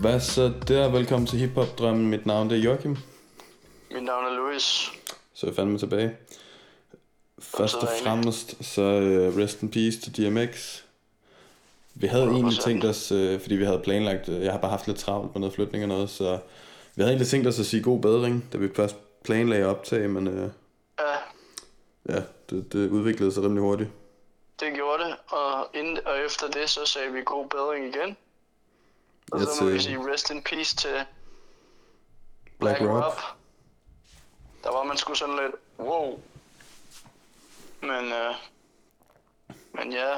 Hvad så der? Velkommen til Hip-Hop Drømmen. Mit navn det er Joachim. Mit navn er Louis. Så er jeg fandme tilbage. Først og fremmest så rest in peace til DMX. Vi havde egentlig tænkt os, fordi vi havde planlagt, jeg har bare haft lidt travlt med noget flytning og noget, så vi havde egentlig tænkt os at sige god bedring, da vi først planlagde optag, men ja, det udviklede sig rimelig hurtigt. Det gjorde det, og efter det så sagde vi god bedring igen. Og så må vi sige rest in peace til Black Rob. Der var man sgu sådan lidt, wow. Men ja,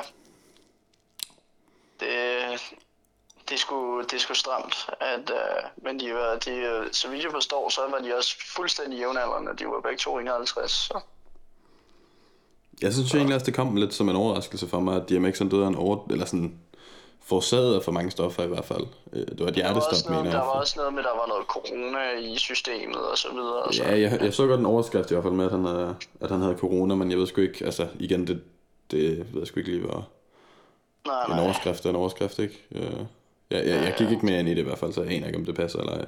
det er sgu stramt, men så vidt jeg forstår, så var de også fuldstændig jævnaldrende, de var begge 51, så. Jeg synes egentlig også, det kom lidt som en overraskelse for mig, at DMX døde af eller sådan forårsaget af for mange stoffer i hvert fald. Det var et hjertestop, mener jeg. Der var også noget med, der var noget corona i systemet og så videre. Og så. Ja, jeg så godt en overskrift i hvert fald med, at han havde corona, men jeg ved sgu ikke, altså igen, det ved jeg sgu ikke lige, hvad en overskrift er en overskrift, ikke? Jeg gik ikke mere ind i det i hvert fald, så jeg aner ikke, om det passer eller ej.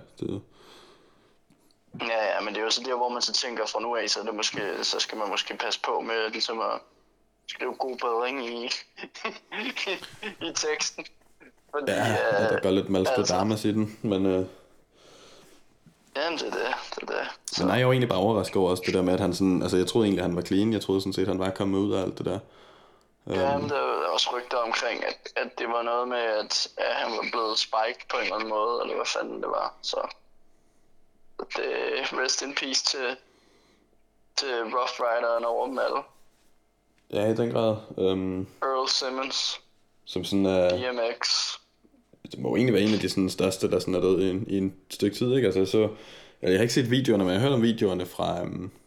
Ja, men det er jo så der, hvor man så tænker fra nu af, så skal man måske passe på med ligesom at skrive god bedring i teksten. Fordi, der går lidt malspedamas i den, men jamen, det er det. Så. Men nej, jeg var egentlig bare overrasket over også det der med, at han sådan, altså jeg troede egentlig, han var clean, jeg troede sådan set, han var kommet ud af alt det der. Ja, men der var også rygter omkring, at det var noget med, at han var blevet spiked på en eller anden måde, eller hvad fanden det var, så det rest in peace til Rough Rideren over dem alle. Ja, i den grad. Earl Simmons. Som sådan DMX. Det må egentlig være en af de sådan største, der sådan er død i en stykke tid, ikke? Altså jeg har ikke set videoerne, men jeg har hørt om videoerne fra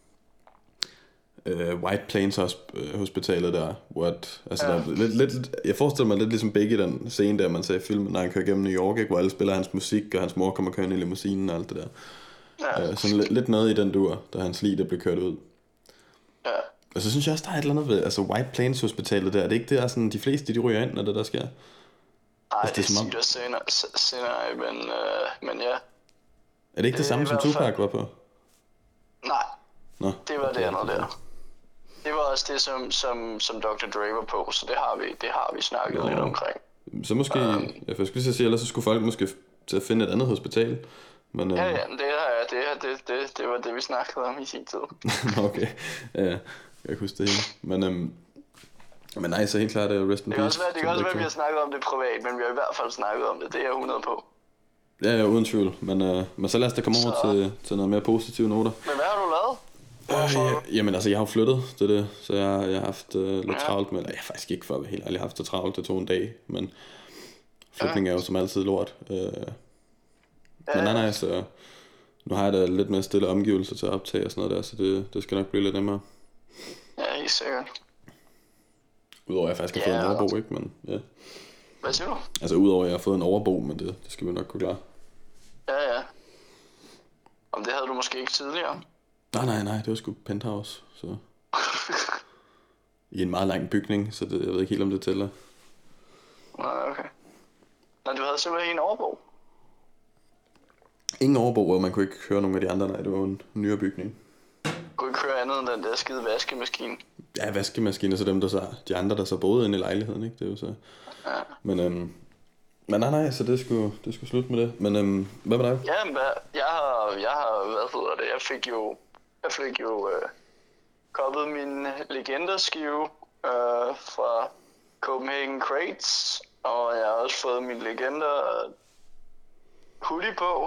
White Plains hospitalet der, hvor altså der er lidt, jeg forestiller mig lidt ligesom Biggie, den scene der, man ser i filmen, når han kører gennem New York, ikke? Hvor alle spiller hans musik, og hans mor kommer kørende i limousinen og alt det der. Ja. Sådan lidt noget i den dur, da hans lig der blev kørt ud. Ja. Og så synes jeg også, der er et eller andet ved, altså White Plains hospitalet der, er det ikke det, sådan, de fleste de ryger ind, når det der sker? Nej, altså, det siger senere, men ja. Er det ikke det samme, som Tupac var på? Nej, Nå. Det var det andet der. Det var også det, som Dr. Dre var på, så det har vi snakket lidt omkring. Så måske, jeg skulle lige sige, ellers så skulle folk måske til at finde et andet hospital. Men, ja, det var det, vi snakkede om i sin tid. Okay, ja, jeg kan huske det hele. Men nej, så helt klart det er rest in peace. Det kan også være, at vi har snakket om det privat, men vi har i hvert fald snakket om det. Det er jeg 100 på. Ja, uden tvivl. Men så lad os da komme over til noget mere positive noter. Men hvad har du lavet? Jamen altså, jeg har flyttet til det, så jeg har haft lidt travlt med, jeg har faktisk ikke for at være helt ærlig, jeg har haft så travlt, det tog en dag, men flytning er jo som altid lort. Men nej, så nu har jeg da lidt mere stille omgivelser til at optage og sådan noget der, så det skal nok blive lidt nemmere. Ja, helt sikkert. Udover at jeg faktisk har fået en overbo, ikke? Men, ja. Hvad siger du? Altså udover at jeg har fået en overbo, men det skal vi nok kunne klare. Ja. Om det havde du måske ikke tidligere? Nej, det var sgu penthouse, så i en meget lang bygning, så jeg ved ikke helt, om det tæller. Nej, okay. Nå, du havde simpelthen en overbo? Ingen overbo, og man kunne ikke høre nogen af de andre, nej, det var en nyere bygning. Kunne ikke høre andet end den der skide vaskemaskine? Ja, vaskemaskine, så dem der så, de andre der så boede inde i lejligheden, ikke? Det er jo så. Ja. Men nej, så det skulle slutte med det. Men hvad med dig? Ja, jeg har hvad hedder det? Jeg fik jo koppet min legenderskive fra Copenhagen Crates, og jeg har også fået min legender hoodie på.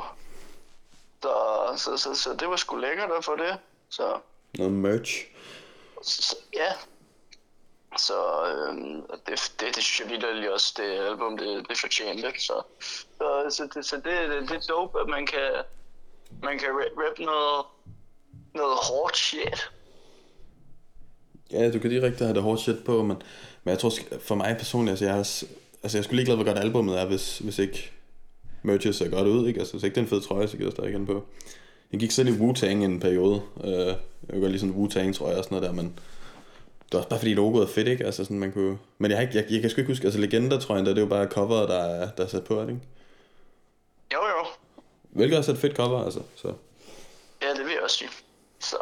Så det var sgu lækkert at få det. Så noget merch. Ja. Så det synes jeg virkelig også, det album, det fortjente. Så det er dope, at man kan rap noget hårdt shit. Ja, du kan direkte have det hårdt shit på, men jeg tror for mig personligt, altså jeg skulle ligeglad, hvor godt albumet er, hvis ikke merchet ser godt ud, ikke? Altså hvis ikke det er en fed trøje, så gider jeg stadig igen på. Jeg gik selv i Wu-Tang en periode. Jeg kunne godt lide sådan Wu-Tang trøje og sådan noget der, men det var også bare fordi logoet er fedt, ikke? Altså sådan man kunne. Men jeg kan sgu ikke huske, altså legender trøjen der, det er jo bare coveret der er sat på, ikke? Jo, Hvilket også er et fedt cover, altså. Så. Ja, det vil jeg også sige. Så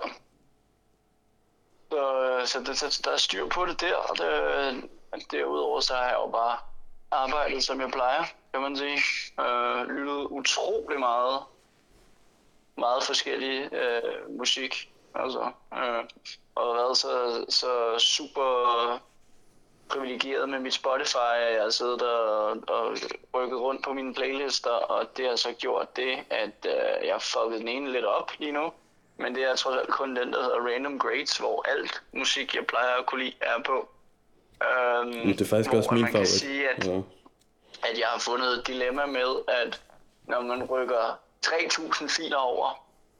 der er styr på det der, og derudover så har jeg jo bare arbejdet, som jeg plejer, kan man sige. Lyttet utrolig meget forskellig musik, altså. Og været så super privilegeret med mit Spotify, at jeg har siddet og rykket rundt på mine playlister, og det har så gjort det, at jeg har fucket den ene lidt op lige nu. Men det er trods alt kun den, der hedder Random Grades, hvor alt musik, jeg plejer at kunne lide, er på. Det er faktisk også min man kan favorit. sige, at jeg har fundet et dilemma med, at når man rykker 3.000 filer over,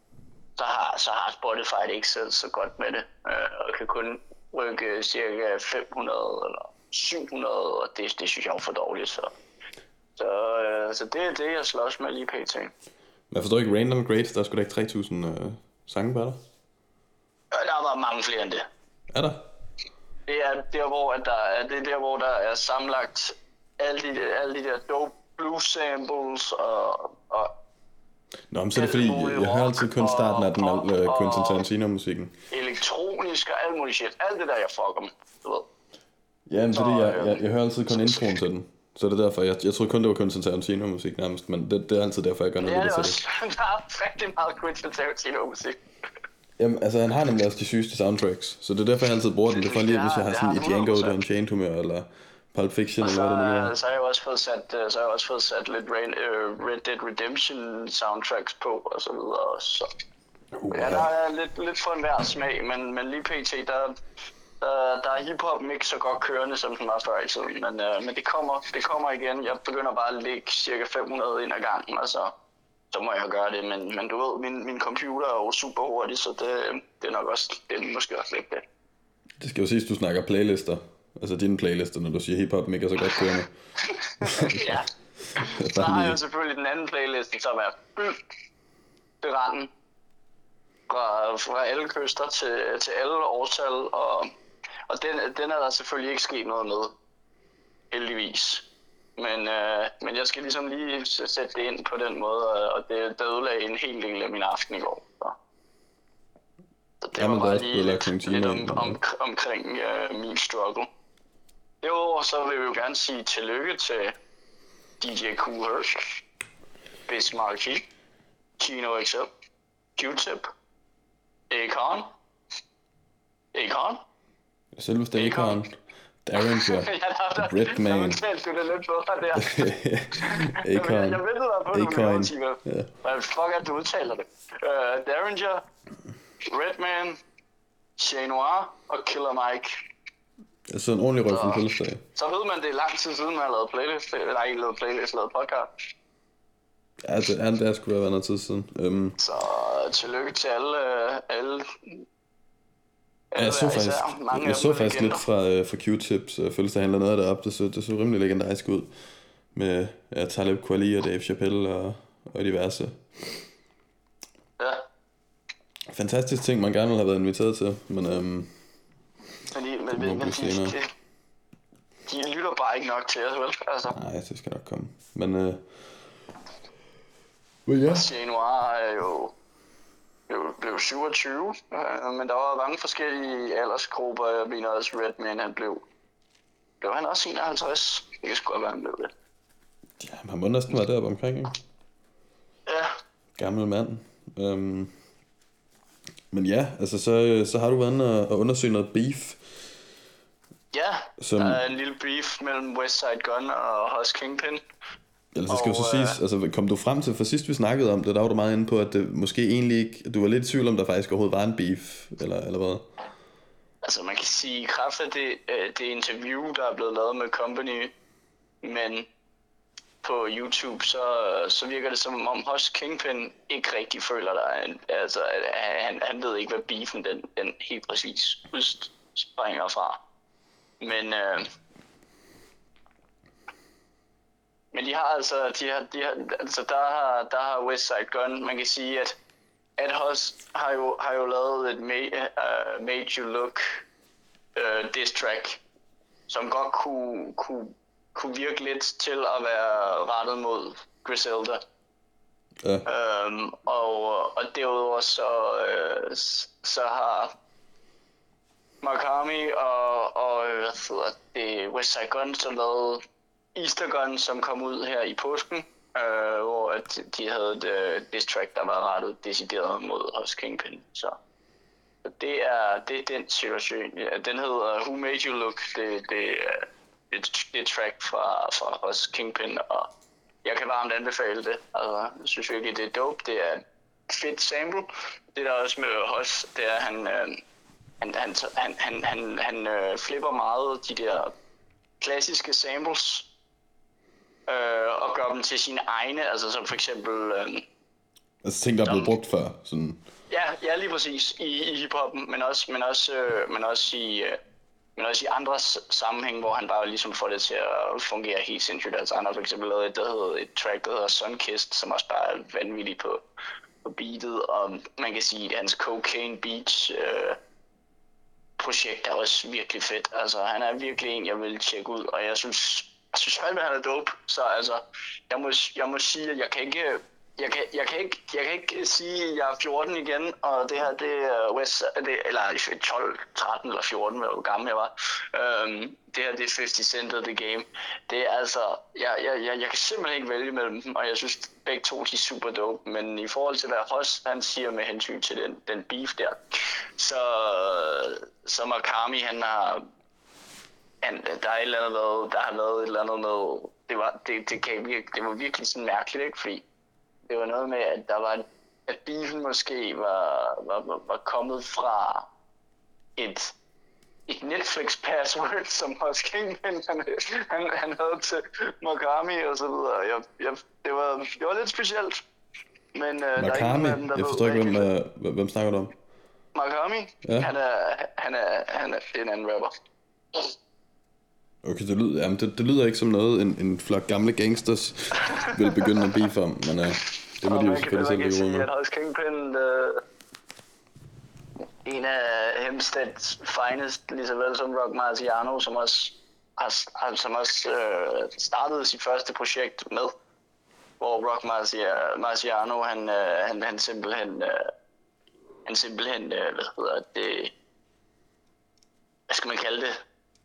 så har Spotify det ikke selv så godt med det, og kan kun rykke cirka 500 eller 700, og det synes jeg er for dårligt. Så det er det, jeg slås med lige pt. Men jeg forstår ikke Random Grades, der er sgu da ikke 3.000 sange på der? Der var mange flere end det. Er der? Det er der, hvor der er sammenlagt alle de der dope blues samples og Nå, men så er det fordi, jeg hører altid kun starten af den Quentin Tarantino-musikken. Elektronisk og alt muligt shit. Alt det der, jeg fucker med, du ved. Ja, men fordi jeg hører altid kun introen til den. Så det er derfor, jeg troede kun, det var Quentin Tarantino-musik nærmest, men det er altid derfor, jeg gør noget det til det. Der er rigtig meget Quentin Tarantino-musik. Jamen, altså han har nemlig også de sygeste soundtracks, så det er derfor, jeg altid bruger den. Det er for lige, hvis jeg har sådan i Django, der en Chained humør, eller Pulp Fiction, eller hvad det nu er. Så har jeg også fået sat lidt Red Dead Redemption soundtracks på, og så videre. Så. Ja, der er lidt for enhver smag, men lige pt. Der er hiphop ikke så godt kørende, som den var før i tiden. Men det kommer igen. Jeg begynder bare at lægge cirka 500 ind ad gangen, og så må jeg gøre det. Men du ved, min computer er jo super hurtig, så det er nok også, det er måske også lidt det. Det skal jo siges, du snakker playlister. Altså dine playlister, når du siger hiphop ikke er så godt kørende. Ja. Så har jeg jo selvfølgelig den anden playlist, som er fyldt til randen. Fra alle kyster til alle årstal, og den er der selvfølgelig ikke sket noget med, heldigvis. Men jeg skal ligesom lige sætte det ind på den måde, og det ødelagde en hel del af min aften i går. Så det var bare lige lidt omkring min struggle. Derudover så vil vi jo gerne sige tillykke til DJ Kool Herc, Bismarcky, Kino XL, Q-Tip, Akon. Selveste Akon. Derringer. Redman. Nu talte du det lidt bedre der. Akon. Jeg ved bare på det, hvad fuck er det, du udtaler det? Derringer, Redman, Chez Noir og Killer Mike. Jeg så en ordentlig røg for en fødselsdag. Så ved man, det er lang tid siden, man har lavet lavet podcast. Ja, det er sgu da været noget tid siden. Så tillykke til alle jeg så faktisk lidt fra Q-Tips fødselsdag, handler noget af det op. Det så rimelig legendarisk ud. Med Talib Kweli og Dave Chappelle og diverse. Ja. Fantastisk ting, man gerne ville have været inviteret til, men de lytter bare ikke nok til os, vel? Altså. Nej, det skal nok komme. Men ja. Chez Noir er jo blev 27, men der var mange forskellige aldersgrupper. Jeg mener også Redman, han blev han også 51? Det kan sgu godt være, han blev det. Ja, han må næsten være deroppe omkring, ikke? Ja. Gammel mand. Men ja, altså så har du været inde og undersøge noget beef. Ja, der er en lille beef mellem Westside Gun og Hus Kingpin. Eller så skal jo så siges, altså kom du frem til, for sidst vi snakkede om det, der var du meget inde på, at det måske egentlig ikke, du var lidt i tvivl om, der faktisk overhovedet var en beef, eller hvad? Altså man kan sige, i kraft af det interview, der er blevet lavet med Company, men på YouTube, så virker det som om Hus Kingpin ikke rigtig føler der, altså han ved ikke, hvad beefen den helt præcis udspringer fra. Men de har altså, der har Westside Gun, man kan sige, at Hus har jo lavet et Made You Look diss track, som godt kunne virke lidt til at være rettet mod Griselda. Ja. Og derudover så har Mark Army og hvad hedder det, West Side Gun så lavet Easter Gun, som kom ud her i påsken, hvor at de havde et diss track, der var rettet decideret mod Hus Kingpin. Så det er den situation. Ja, den hedder Who Made You Look. Det er et track fra Hus Kingpin, og jeg kan varmt anbefale det. Altså, jeg synes virkelig, det er dope. Det er et fedt sample. Det der også med Hus, det er, han flipper meget de der klassiske samples og gør dem til sine egne, altså som for eksempel Altså ting, der er blevet brugt før, sådan. Ja, lige præcis i hiphoppen, men også i andre sammenhæng, hvor han bare ligesom får det til at fungere helt sindssygt. Altså han har for eksempel lavet et track, der hedder Sunkissed, som også bare er vanvittigt på beatet, og man kan sige, at hans Cocaine Beach projekt er også virkelig fedt. Altså han er virkelig en, jeg vil tjekke ud, og jeg synes fandme, han er dope. Så altså, jeg må sige, at jeg kan ikke sige, at jeg er 14 igen, og det her, det er eller 12, 13 eller 14, hvor gammel jeg var. Det her, det er 50 Cent of the Game. Det er altså, jeg kan simpelthen ikke vælge mellem dem, og jeg synes begge to, de er super dope, men i forhold til, hvad Hus, han siger med hensyn til den beef der, så Markami, der er et eller andet der har været et eller andet med, det var virkelig sådan mærkeligt, ikke? Fordi det var noget med, at der var at beefen måske var kommet fra et Netflix password, som Hus Kingpin han havde til Markami og så videre. Det var lidt specielt. Men Markami? Jeg forstår ikke, hvem snakker du om? Markami? Ja. Han er en anden rapper. Okay, det lyder ikke som noget, en flok gamle gangsters vil begynde at beef om, men det må de jo selvfølgelig selv sige, med. At Hus Kingpin, en af Hempsteads finest, lige så vel som Rock Marciano, som også startede sit første projekt med, hvor Rock Marciano, han simpelthen, hvad hedder det, hvad skal man kalde det,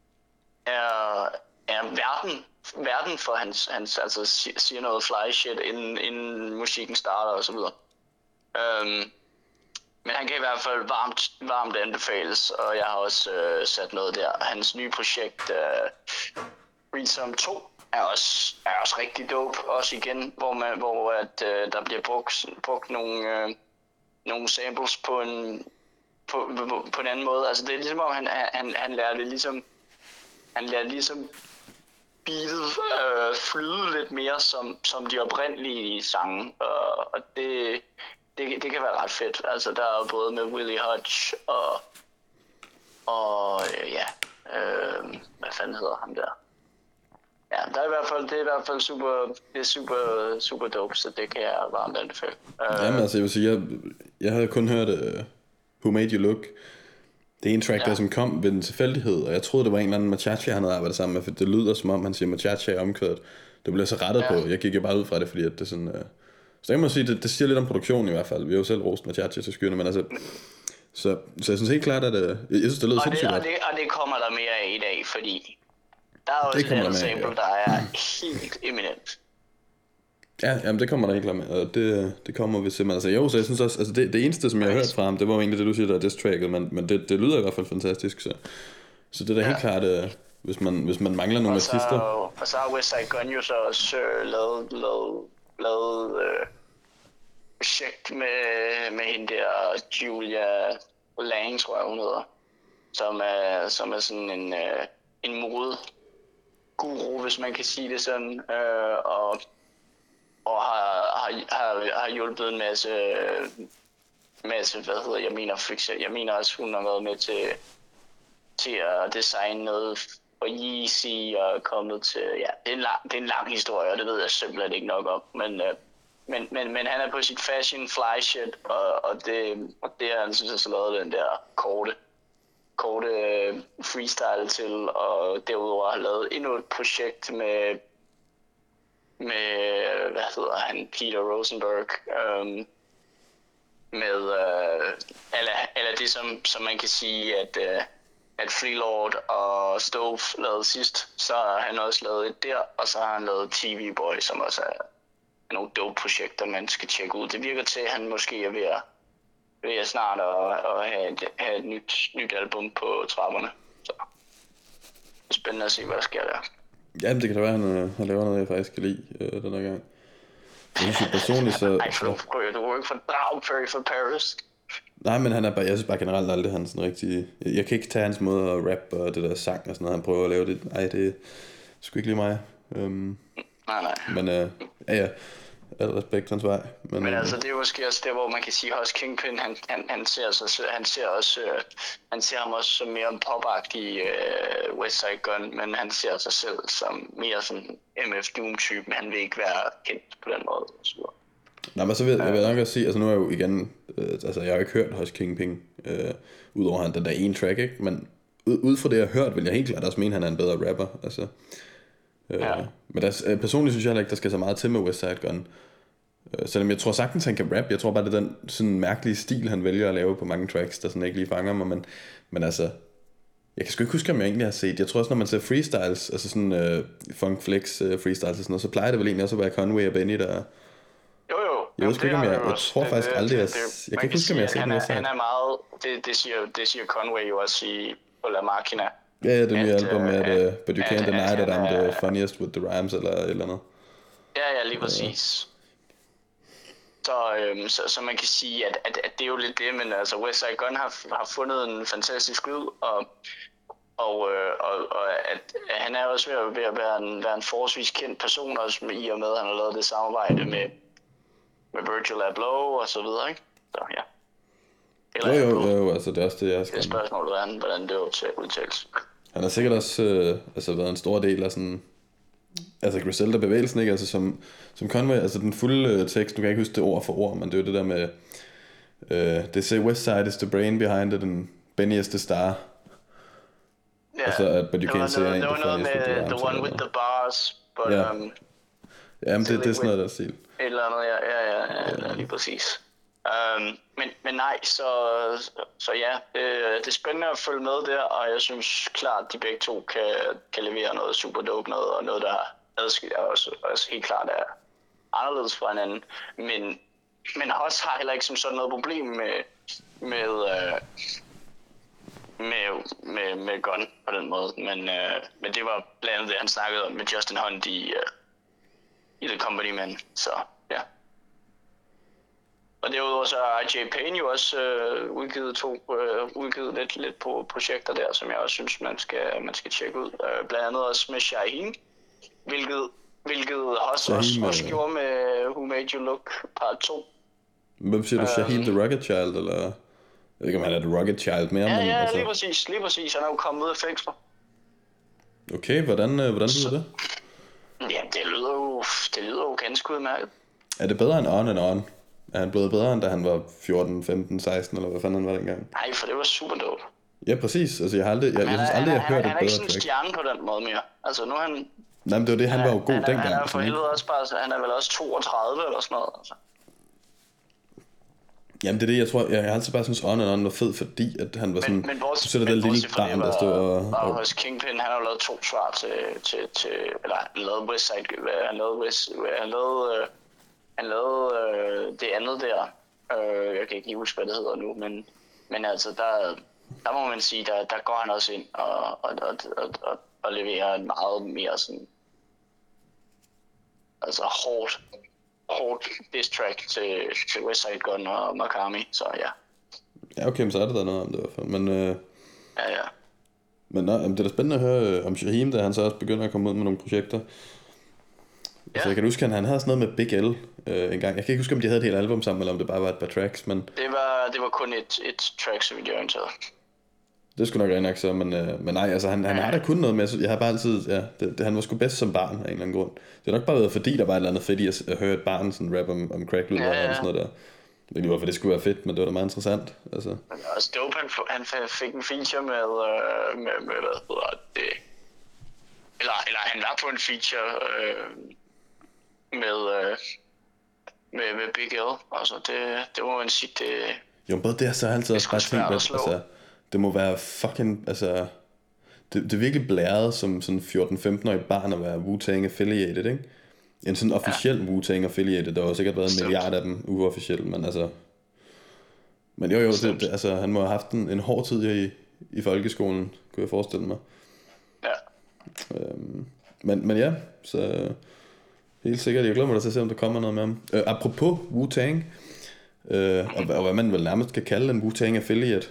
er verden for hans altså siger noget fly shit inden musikken starter og så videre. Men han kan i hvert fald varmt anbefales, og jeg har også sat noget der. Hans nye projekt Reason 2 er også rigtig dope, også igen, hvor der bliver brugt nogle samples på en anden måde. Altså det er ligesom om han lærer det ligesom beatet flyde lidt mere som de oprindelige sange, og det kan være ret fedt. Altså der er både med Willie Hutch og hvad fanden hedder ham der? Ja, det er i hvert fald super dope, så det kan jeg varmt anbefale. Jamen altså, jeg vil sige, jeg havde kun hørt Who Made You Look. Det er en track, der som kom ved en tilfældighed, og jeg troede, det var en eller anden Machacha, han havde arbejdet sammen med, for det lyder som om, han siger Machacha er omkørt. Det blev så rettet på. Jeg gik jo bare ud fra det, fordi at det sådan... Så jeg må sige, det siger lidt om produktionen i hvert fald. Vi har jo selv rost Machacha til skyerne, men altså... Så jeg synes helt klart, at jeg synes, det lyder sindssygt godt. Og det kommer der mere af i dag, fordi der er også et andet sample, der er helt eminent. Ja, jamen det kommer der helt klart med, og det kommer vi simpelthen. Altså jo, så jeg synes også, altså det eneste, som jeg har hørt fra ham, det var jo egentlig det, du siger, der er diss-tracket, men det lyder i hvert fald fantastisk, så det er da helt klart, hvis man mangler nogle artister. Og så har West Side Gun jo så også lavet projekt med hende der, Julia Lang, tror jeg hun hedder, som er sådan en modeguru, hvis man kan sige det sådan, og har hjulpet en masse, hvad hedder, jeg mener også, hun har været med til at designe noget for Yeezy og kommet til, ja, det er en lang historie, og det ved jeg simpelthen ikke nok om, men han er på sit fashion fly shit, og det er han synes jeg lavet den der korte freestyle til, og derudover har lavet endnu et projekt med hvad hedder han, Peter Rosenberg, med eller det som man kan sige at Freelord og Stove lavede sidst, så har han også lavet et der, og så har han lavet TV Boy, som også er nogle dope projekter, man skal tjekke ud. Det virker til, at han måske er ved at snart at have et nyt album på trapperne. Så det er spændende at se, hvad der sker der. Jamen, det kan da være, at han laver noget, jeg faktisk kan lide den her gang. Jeg synes personligt, så... Nej, for du er jo ikke fordraget Perry for Paris. Nej, men han er bare, jeg synes bare generelt aldrig, han sådan rigtig... Jeg kan ikke tage hans måde at rap og det der sang og sådan noget, han prøver at lave det. Nej, det er sgu ikke lige mig. Nej. Men ja, al respekt hans vej. Men altså, det er jo måske også der, hvor man kan sige, at Kingpin, han ser ham også som mere en popagtig West Side Gun, men han ser sig selv som mere sådan MF Doom-type, men han vil ikke være kendt på den måde. Så. Nej, men så vil jeg nok også sige, altså nu er jeg jo igen, altså jeg har jo ikke hørt Hush Kingpin, udover han den der ene track, ikke? Men ud fra det jeg har hørt, vil jeg helt klart også mene, han er en bedre rapper, altså. Men personligt synes jeg heller ikke, der skal så meget til med West Side Gun. Selvom jeg tror sagtens han kan rap. Jeg tror bare det er den sådan mærkelige stil han vælger at lave på mange tracks, der sådan ikke lige fanger mig. Men altså, jeg kan sgu ikke huske om jeg egentlig har set. Jeg tror også når man ser freestyles, altså sådan Funk Flex freestyles og sådan noget, så plejer det vel egentlig også at være Conway og Benny der. Jo. Jeg ved ikke om jeg tror faktisk aldrig jeg kan ikke huske om jeg har set noget. Han er meget det siger Conway jo også på La Machina. Ja, det nye album med But You Can't Deny That I'm the Funniest with the Rhymes eller et eller andet. Ja, lige præcis. Så man kan sige, at det er jo lidt det, men altså West Side Gun har fundet en fantastisk lyd, og at han er også ved at være en forholdsvis kendt person, også i og med, at han har lavet det samarbejde med Virgil Abloh og så videre, ikke? Så ja. Jo, altså det er også det, jeg skal... Det er spørgsmålet, hvordan det udtales. Han har sikkert også været en stor del af sådan... Altså Griselda-bevægelsen, ikke? Altså som Conway, altså den fulde tekst, nu kan jeg ikke huske det ord for ord, men det er jo det der med... They say West Side is the brain behind it, and Benny is the star. Ja, og så but you can't say det var noget med the one with the bars, but... Ja. Jamen det er sådan noget der stil. Et eller andet, ja, lige præcis. Men nej, så ja, det er spændende at følge med der, og jeg synes klart, at de begge to kan levere noget super dope noget, og noget, der adskiller også helt klart er anderledes fra hinanden. Men Hoss har heller ikke som sådan noget problem med Gun på den måde, men det var blandt andet det, han snakkede om med Justin Hunt i The Company Man, så ja. Og derudover så har J. Payne jo også udgivet lidt på projekter der, som jeg også synes, man skal tjekke ud. Blandt andet også med Shaheen, hvilket også gjorde med Who Made You Look part 2. Hvem siger du, Shaheen the Rocket Child, eller... Jeg ved ikke, om han er The Rocket Child mere, men... Ja, altså... lige præcis. Han er jo kommet ud af fængsler. Okay, hvordan lyder det? Ja, det lyder jo ganske udmærket. Er det bedre end On? Er han blevet bedre, end da han var 14, 15, 16, eller hvad fanden han var dengang? Nej, for det var super dope. Ja, præcis. Altså, jeg synes aldrig, jeg har hørt et bedre track. Han er ikke sådan en stjerne på den måde mere. Altså, nu er han... Nej, men det var det, han var jo god dengang. Han er for helvede også bare... Han er vel også 32 eller sådan noget, altså. Jamen, det er det, jeg tror... Jeg har altid bare synes, On var fed, fordi at han var sådan... Men så er der den lille barn, der stod og hos Kingpin, han har jo lavet 2 svar til eller lavet Westside... Han lavede det andet der. Jeg kan ikke huske, hvad det hedder nu, men altså, der må man sige, der går han også ind og leverer en meget mere sådan... Altså hårdt diss track til West Side Gun og Makami, så ja. Ja, okay, men så er det der noget om det i hvert fald, men... Ja. Men det er da spændende at høre om Shaheem, da han så også begynder at komme ud med nogle projekter. Ja. Så jeg kan huske, at han havde sådan noget med Big L en gang. Jeg kan ikke huske, om de havde et helt album sammen, eller om det bare var et par tracks, men... Det var kun et track, så vidt jeg orienteret. Det skulle nok rent nok så, men nej, altså han har da kun noget med, jeg har bare altid, han var sgu bedst som barn af en eller anden grund. Det har nok bare været fordi, der var et eller andet fedt i at høre et barn sådan rap om crack-lyd og sådan noget der. Det er ikke hvorfor det skulle være fedt, men det var da meget interessant. Altså. Men også dope, han fik en feature med hvad hedder det, eller han var på en feature med Big L. Altså, det må man sige, det... Jo, både det, så har jeg altid også bare tænkt, at altså, det må være fucking, altså, det er virkelig blæret som sådan 14-15-årig barn at være Wu-Tang affiliated, ikke? En sådan officiel Wu-Tang affiliated, der har sikkert været en milliard af dem uofficielt, men altså... Men jo, det, altså, han må have haft en hård tid i folkeskolen, kunne jeg forestille mig. Ja. Men ja, så helt sikkert, jeg glæder mig til at se, om der kommer noget med ham. Apropos Wu-Tang, og hvad man vel nærmest kan kalde en Wu-Tang affiliate,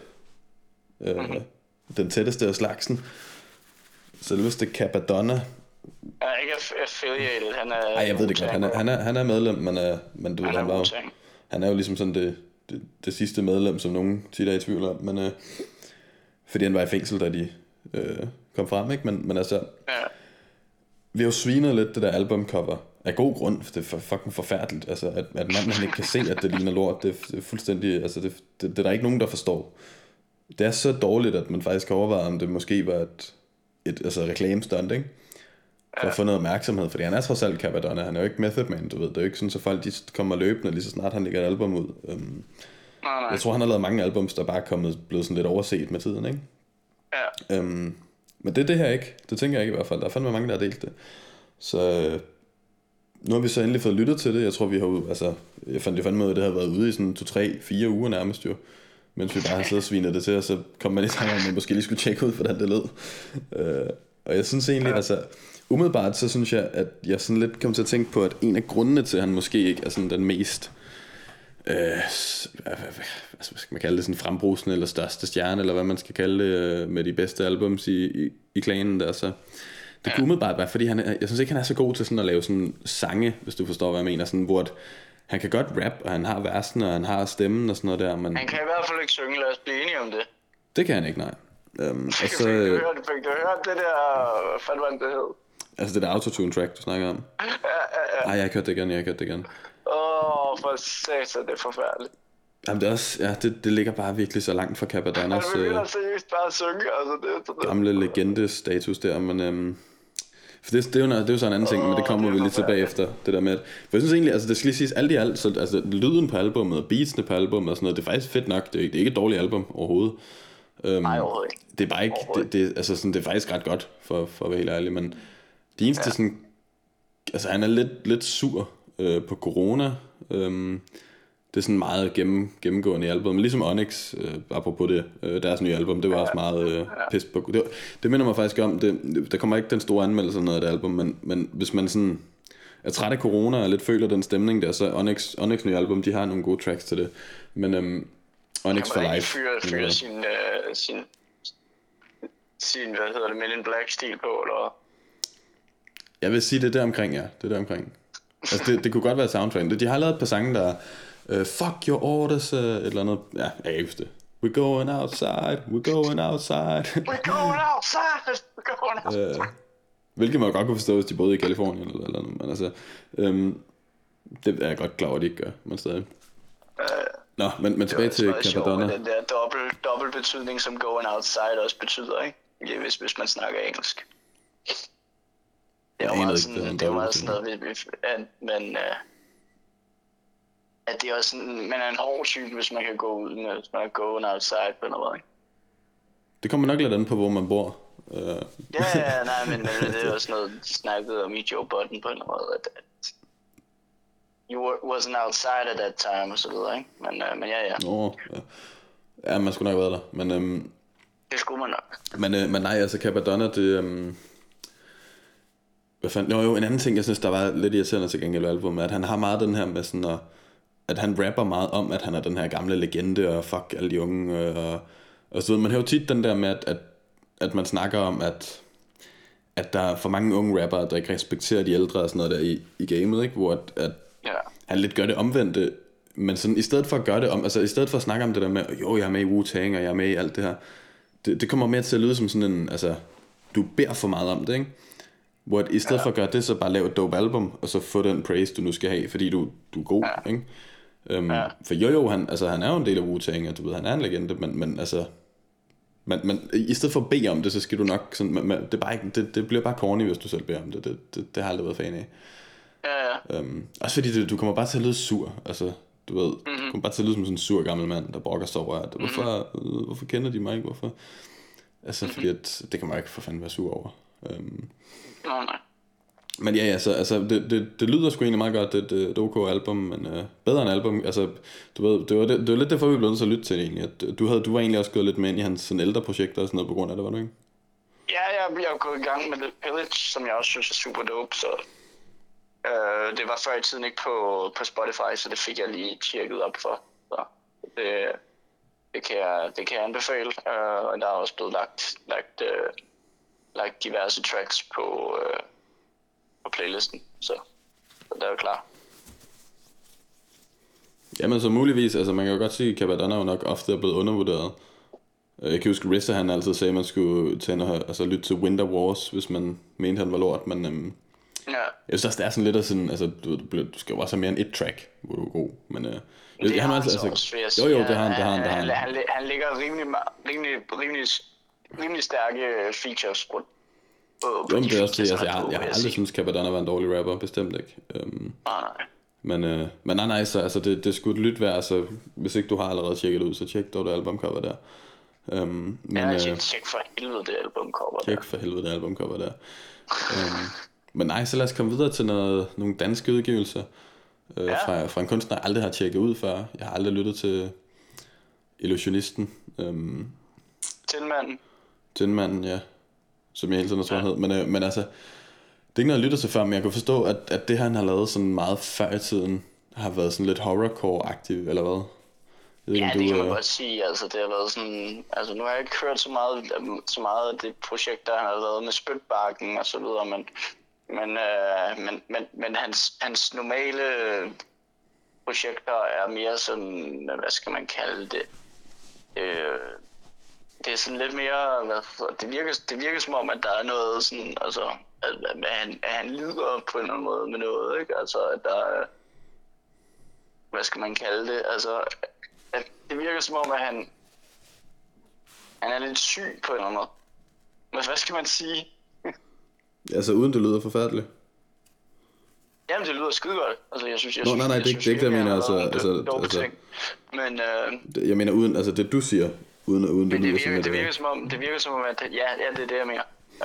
den tætteste af slagsen, selveste Cappadonna. Han er ikke affiliated, han er... Nej, jeg ved det godt, han er medlem, men du ved, han er jo ligesom sådan det sidste medlem, som nogen tit er i tvivl om, men fordi han var i fængsel, da de kom frem, ikke? Men altså, ja. Vi har jo svinet lidt det der albumcover, af god grund, for det er fucking forfærdeligt, altså, at manden han ikke kan se, at det ligner lort, det er fuldstændig, altså, det er der ikke nogen, der forstår. Det er så dårligt, at man faktisk kan overveje, om det måske var et altså reklamestunt, ikke? For at få noget opmærksomhed, fordi han er trods alt Cappadonna, han er jo ikke Method Man, du ved, det er jo ikke sådan, så folk de kommer løbende, lige så snart han lægger et album ud. Nej. Jeg tror, han har lavet mange albums, der bare er blevet sådan lidt overset med tiden, ikke? Ja. Men det er det her ikke, det tænker jeg ikke i hvert fald, der er fandme mange, der har delt det. Så nu har vi så endelig fået lyttet til det, jeg tror vi har, altså, jeg fandt fandme ud af, at det har været ude i sådan 2-3-4 uger nærmest jo, mens vi bare har siddet og svinet det til, og så kom man i tanke om, at man måske lige skulle tjekke ud, hvordan det lød. Og jeg synes egentlig, altså, umiddelbart så synes jeg, at jeg sådan lidt kom til at tænke på, at en af grundene til, at han måske ikke er sådan den mest, hvad skal man kalde det, sådan frembrusende eller største stjerne, eller hvad man skal kalde det, med de bedste albums i klanen der, så det kunne umiddelbart være, fordi jeg synes ikke, han er så god til sådan at lave sådan sange, hvis du forstår, hvad jeg mener, sådan, hvor han kan godt rap, og han har versen, og han har stemmen og sådan noget der, men... Han kan i hvert fald ikke synge, lad os blive enige om det. Det kan han ikke, nej. Og så, fik du hørt det der, hvad fanden det hed? Altså det der autotune track, du snakker om? Ja. Ej, jeg har hørt det igen, For satan, det er forfærdeligt. Jamen det er også, ja, det ligger bare virkelig så langt fra Cappadonnas seriøst bare at synge, altså det gamle legende-status der, men for det er jo sådan en anden ting, men det kommer vi lige tilbage efter, det der med, for jeg synes egentlig, altså det skal lige siges, alt i alt, så, altså lyden på albumet, og beatsene på albumet og sådan noget, det er faktisk fedt nok, det er ikke et dårligt album overhovedet. Nej, overhovedet ikke. Det er bare ikke, altså sådan, det er faktisk ret godt, for at være helt ærlig, men det eneste sådan, altså han er lidt sur på corona, det er sådan meget gennemgående i albumet, men ligesom Onyx, apropos det, deres nye album, det var også meget pis på. Det minder mig faktisk om, der kommer ikke den store anmeldelse af noget af det album, men hvis man sådan er træt af corona og lidt føler den stemning der, så Onyx nye album, de har nogle gode tracks til det, men Onyx for Life. Fyrer sin, hvad hedder det, Men in Black stil på, eller? Jeg vil sige, det er der omkring, ja. Det er der omkring. Altså, det kunne godt være soundtrack. De har lavet et par sange, der fuck your orders, et eller andet. Ja, jeg kan ikke huske det. We're going outside, we're going outside. We're going outside, we're going outside. Hvilket man godt kunne forstå, hvis de boede i Kalifornien eller noget. Men altså, det er jeg godt klar over, at de ikke gør, men stadig. Nå, men tilbage til Cappadonna. Det er den der dobbelt betydning, som going outside også betyder, ikke? Ja, hvis man snakker engelsk. Det er jo meget sådan noget, at det er også sådan, man er en hård type, hvis man kan gå ud, hvis man er going outside på noget, ikke? Det kommer nok lidt an på, hvor man bor. Ja, nej, men det er også noget, de snakkede om i Joe Budden på noget, at you wasn't outside at that time, og så videre, ikke? Men ja. Ja, man skulle nok have været der, men... det skulle man nok. Men nej, altså Cappadonna, det... Hvad fanden? Jo, en anden ting, jeg synes, der var lidt irriterende til gengæld i albumet, at han har meget den her med sådan at han rapper meget om, at han er den her gamle legende, og fuck alle de unge, og så man har jo tit den der med, at man snakker om, at der er for mange unge rappere, der ikke respekterer de ældre og sådan noget der i gamet, ikke? Hvor at han lidt gør det omvendte, men sådan, i stedet for at gøre det om, altså i stedet for at snakke om det der med, jo, jeg er med i Wu-Tang, og jeg er med i alt det her, det kommer mere til at lyde som sådan en, altså, du beder for meget om det, ikke? Hvor i stedet for at gøre det, så bare lave et dope album, og så få den praise, du nu skal have, fordi du er god, ikke? For jo, han er jo en del af Wu-Tang, og du ved, han er en legende, men altså, men i stedet for at bede om det, så skal du nok sådan, det bliver bare corny, hvis du selv beder om det. Det har jeg aldrig været fan af. Ja. Også fordi du kommer bare til at lyde sur. Altså, du ved, du kommer bare til at lyde som sådan en sur gammel mand, der brokker sig over, at hvorfor kender de mig ikke? Hvorfor? Altså, fordi at, det kan man ikke for fanden være sur over. Nej. Men ja, altså det lyder sgu egentlig meget godt, det er et OK album, men bedre end album, altså, du ved, det var lidt derfor, vi blev nødt til at lytte til det egentlig, at du var egentlig også gået lidt med ind i hans sådan ældre projekter og sådan noget på grund af det, var du ikke? Ja, jeg er gået i gang med The Pillage, som jeg også synes er super dope, så det var før i tiden ikke på Spotify, så det fik jeg lige tjekket op for, så det kan jeg anbefale, og der er også blevet lagt diverse tracks på playlisten, så der er jo klar. Jamen så muligvis, altså man kan jo godt sige, at Cappadonna jo nok ofte er blevet undervurderet. Jeg kan huske, RZA han altid sagde, at man skulle lytte til Winter Wars, hvis man mente, han var lort, men jeg synes også, det er sådan lidt af sådan, altså du skal jo også have mere end et track, hvor du er god, men det har han altså, også, vil jeg sige. Jo, det har han. Han ligger rimelig stærke features på jo, det er også det, altså, jeg har aldrig synes Cappadonna var en dårlig rapper, bestemt ikke. Nej. Men nej, så altså, det skulle lytte være, altså, hvis ikke du har allerede tjekket ud, så tjek dog det albumcover der. Tjek for helvede det albumcover der. Tjek for helvede det albumcover der. Men nej, så lad os komme videre til nogle danske udgivelser fra en kunstner, jeg aldrig har tjekket ud før. Jeg har aldrig lyttet til Illusionisten. Tinmanden, ja. Som jeg hele tiden har troet hed. Men altså, det er ikke noget, jeg lytter til før, men jeg kan forstå, at det han har lavet sådan meget før i tiden, har været sådan lidt horrorcore-agtigt, eller hvad? Ja, det kan man godt sige. Altså, det har været sådan, altså, nu har jeg ikke hørt så meget af det projekt, der han har lavet med Spytbakken og så videre, men hans normale projekter er mere sådan, hvad skal man kalde det? Det er sådan lidt mere, det virker som om, at der er noget sådan, altså, at han lider på en eller anden måde med noget, ikke? Altså, at der er, hvad skal man kalde det? Altså, at det virker som om, at han er lidt syg på en eller anden måde. Hvad skal man sige? Altså, uden det lyder forfærdeligt. Jamen, det lyder skide godt. Altså, jeg synes, nej, det er ikke det, jeg mener. Altså, men, jeg mener uden, altså det du siger, uden det lyder det virker som om, at ja, det er det, jeg mener.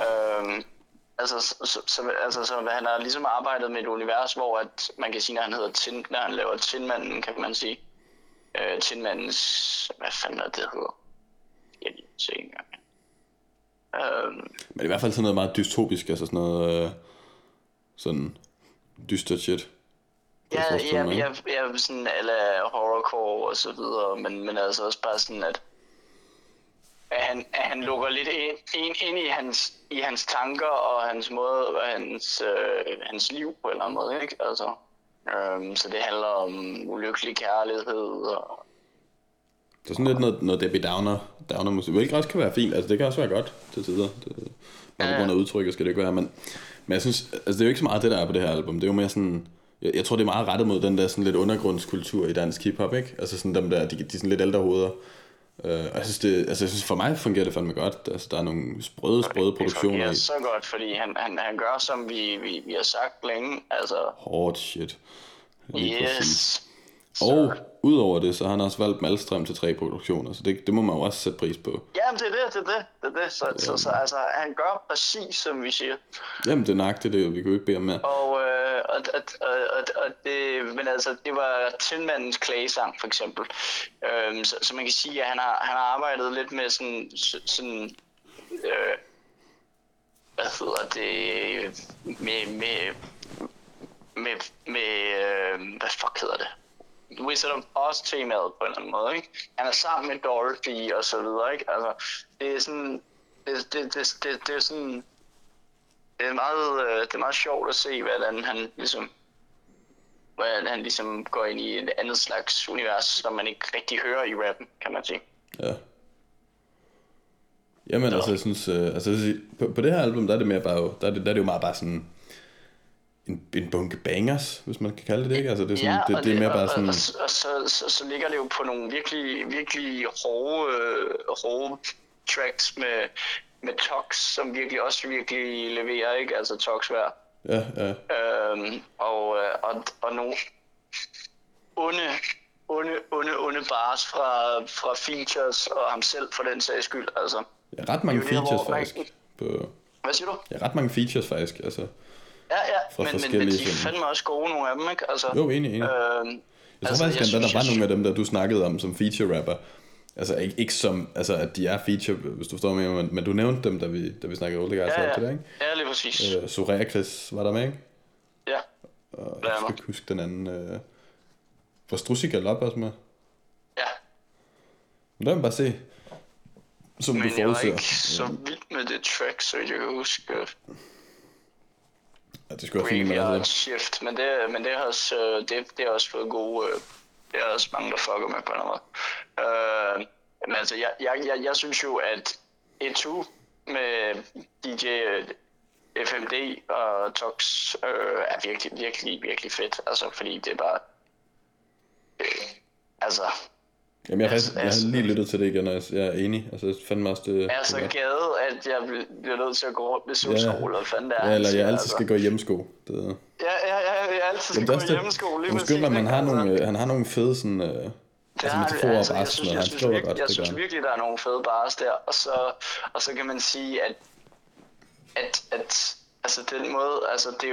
Så han har ligesom arbejdet med et univers, hvor at man kan sige, når han laver Tinmanden, kan man sige. Tinmandens, hvad fanden er det hedder? Jeg lige se engang. Men i hvert fald sådan noget meget dystopisk, altså sådan noget sådan dystert shit. Ja, sådan alle horrorcore og så videre, men altså også bare sådan, at han lukker lidt ind i hans tanker og hans måde og hans liv på en eller anden måde, ikke? Altså, så det handler om ulykkelig kærlighed og det er sådan lidt noget Debbie Downer musik, hvilket også kan være fint, altså det kan også være godt til tider. På grund af udtrykket skal det ikke være, men jeg synes, altså det er jo ikke så meget det der er på det her album, det er jo mere sådan, jeg tror det er meget rettet mod den der sådan lidt undergrundskultur i dansk hiphop, ikke? Altså sådan dem der, de sådan lidt ældre hoveder. Og jeg synes for mig fungerer det fandme godt. Altså der er nogle sprøde produktioner. Det fungerer så godt, fordi han gør som vi har sagt længe, altså hårdt shit. Yes. Og udover det, så har han også valgt Malmstrøm til 3 produktioner, så det må man jo også sætte pris på. Jamen det er det. Så altså, han gør præcis som vi siger. Jamen det er nøjagtigt, det vi kan jo ikke bede om mere. Og det, men altså, det var Tinmandens klagesang for eksempel. Så man kan sige, at han har arbejdet lidt med sådan hvad hedder det, med hvad fuck hedder det? Wizard of Oz temaet på en eller anden måde, ikke? Han er sammen med Dorothy og så videre, ikke? Altså, det er sådan, det er sådan, det er meget sjovt at se, hvordan han ligesom går ind i et andet slags univers, som man ikke rigtig hører i rappen, kan man sige. Ja. Jamen altså, jeg synes, på det her album, der er det mere bare, der er det jo meget bare sådan en bunke bangers, hvis man kan kalde det, ikke? Altså det er sådan, det er mere bare sådan. Og så ligger det jo på nogle virkelig hårde tracks med Tox, som virkelig leverer, ikke? Altså Tox Ja, ja. Og nogle onde bars fra features og ham selv for den sags skyld, altså. Ja, ret mange det er jo det, features hvor faktisk. Hvad siger du? Ja, ret mange features faktisk, altså. Ja, Fra men de forskellige er fandme også gode, nogle af dem, ikke? Altså, Jo, enig. Jeg tror faktisk, at der var nogle af dem, der du snakkede om som feature rapper. Altså ikke som, altså at de er feature, hvis du forstår mig, men du nævnte dem, da vi snakkede Old Guys ja, til det, ikke? Ja, lige præcis. Soraya Chris var der med, ikke? Ja. Og jeg skal ikke huske den anden. Var Strussi Galop også med? Ja. Men der kan man bare se, som men du jeg var forudser. ikke så vild med det track, så jeg kan huske. Ja, det skulle være fint med det. Shift, men det har også, det har også fået gode. Det er også mange, der fucker med på en måde. Men altså, jeg synes jo, at E2 med DJ FMD og Tox er virkelig fedt. Altså, fordi det er bare... altså... Jamen, jeg har lige lyttet til det igen, og jeg er enig. Altså, jeg fandt mig også det... Jeg er så gade, at jeg bliver nødt til at gå rundt med solsko, eller fanden der. Ja, eller jeg altid skal gå i hjemmesko. Det... jeg altid skal gå i hjemmesko, lige præcis. Han har nogle fede sådan... metaforer og bars, han skriver godt. Jeg synes virkelig, der er nogle fede bars der, og så kan man sige, at altså den måde, altså det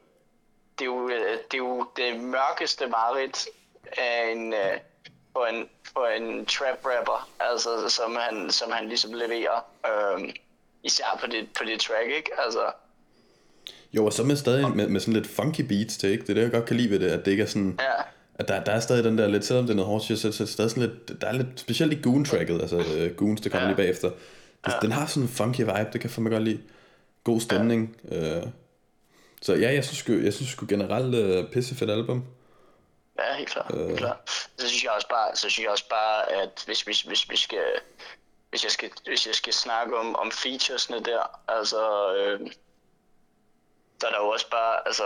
er jo det mørkeste mareridt af en for en trap rapper, altså som han ligesom leverer, især på det track, ikke? Altså. Jo, og så med stadig med sådan lidt funky beats til, ikke? Det er det, jeg godt kan lide ved det, at det ikke er sådan... Ja. At der er stadig den der lidt, selvom det er noget hårdt shit, så er det stadig sådan lidt, der er lidt, specielt i Goon-tracket, altså Goons, det kommer lige bagefter. Den har sådan en funky vibe, det kan for mig godt lide. God stemning. Så ja, jeg synes sgu generelt pissefedt album. Ja, helt klart. Så synes jeg også bare, at hvis jeg skal snakke om featuresne der, altså der er der jo også bare, altså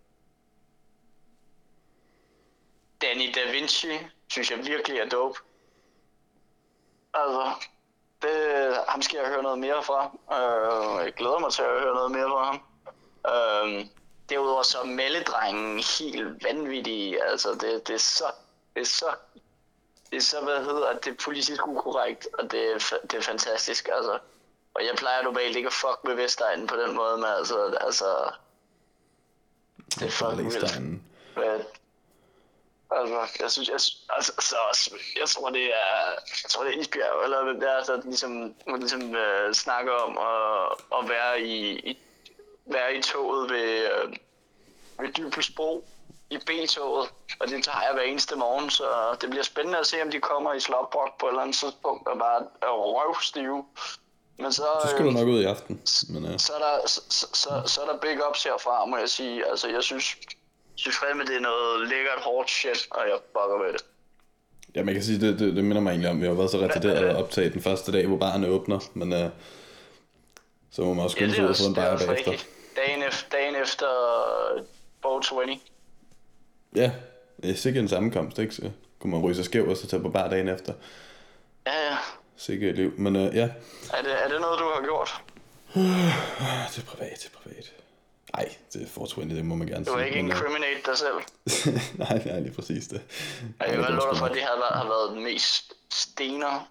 Danny Da Vinci, synes jeg virkelig er dope. Altså, ham skal jeg høre noget mere fra. Jeg glæder mig til at høre noget mere fra ham. Derudover så er Melledrengen helt vanvittig. Altså, det er så, hvad hedder det, politisk ukorrekt, og det er fantastisk, altså. Og jeg plejer normalt ikke at fuck med Vestegnen på den måde, men altså det er fucking vildt. Altså, jeg tror det er Isbjerg, eller hvem det er, der ligesom snakker om at være i toget ved Dybelsbro i B-toget, og det tager jeg hver eneste morgen, så det bliver spændende at se, om de kommer i Slotbrok på et eller andet tidspunkt og bare er røvstive. Men så skal du nok ud i aften. Men, så er der big ups herfra, må jeg sige. Altså, jeg synes fandme, det er noget lækkert hårdt shit, og jeg bakker med det. Ja, man kan sige, det minder mig egentlig om, vi har været så retarderet at optage den første dag, hvor baren åbner, men så må man også skynde sig ud og få en bajer bagefter. Dagen efter 420. Ja, det er sikkert en sammenkomst, ikke? Så kunne man ryge sig skæv og så tage på bar dagen efter. Ja. Sikkert liv, men ja. Er det noget, du har gjort? Det er privat. Nej, det er 420, det må man gerne sige. Du vil ikke incriminate dig selv? nej, lige præcis det. Jeg kan godt love dig for, at det har været den mest stener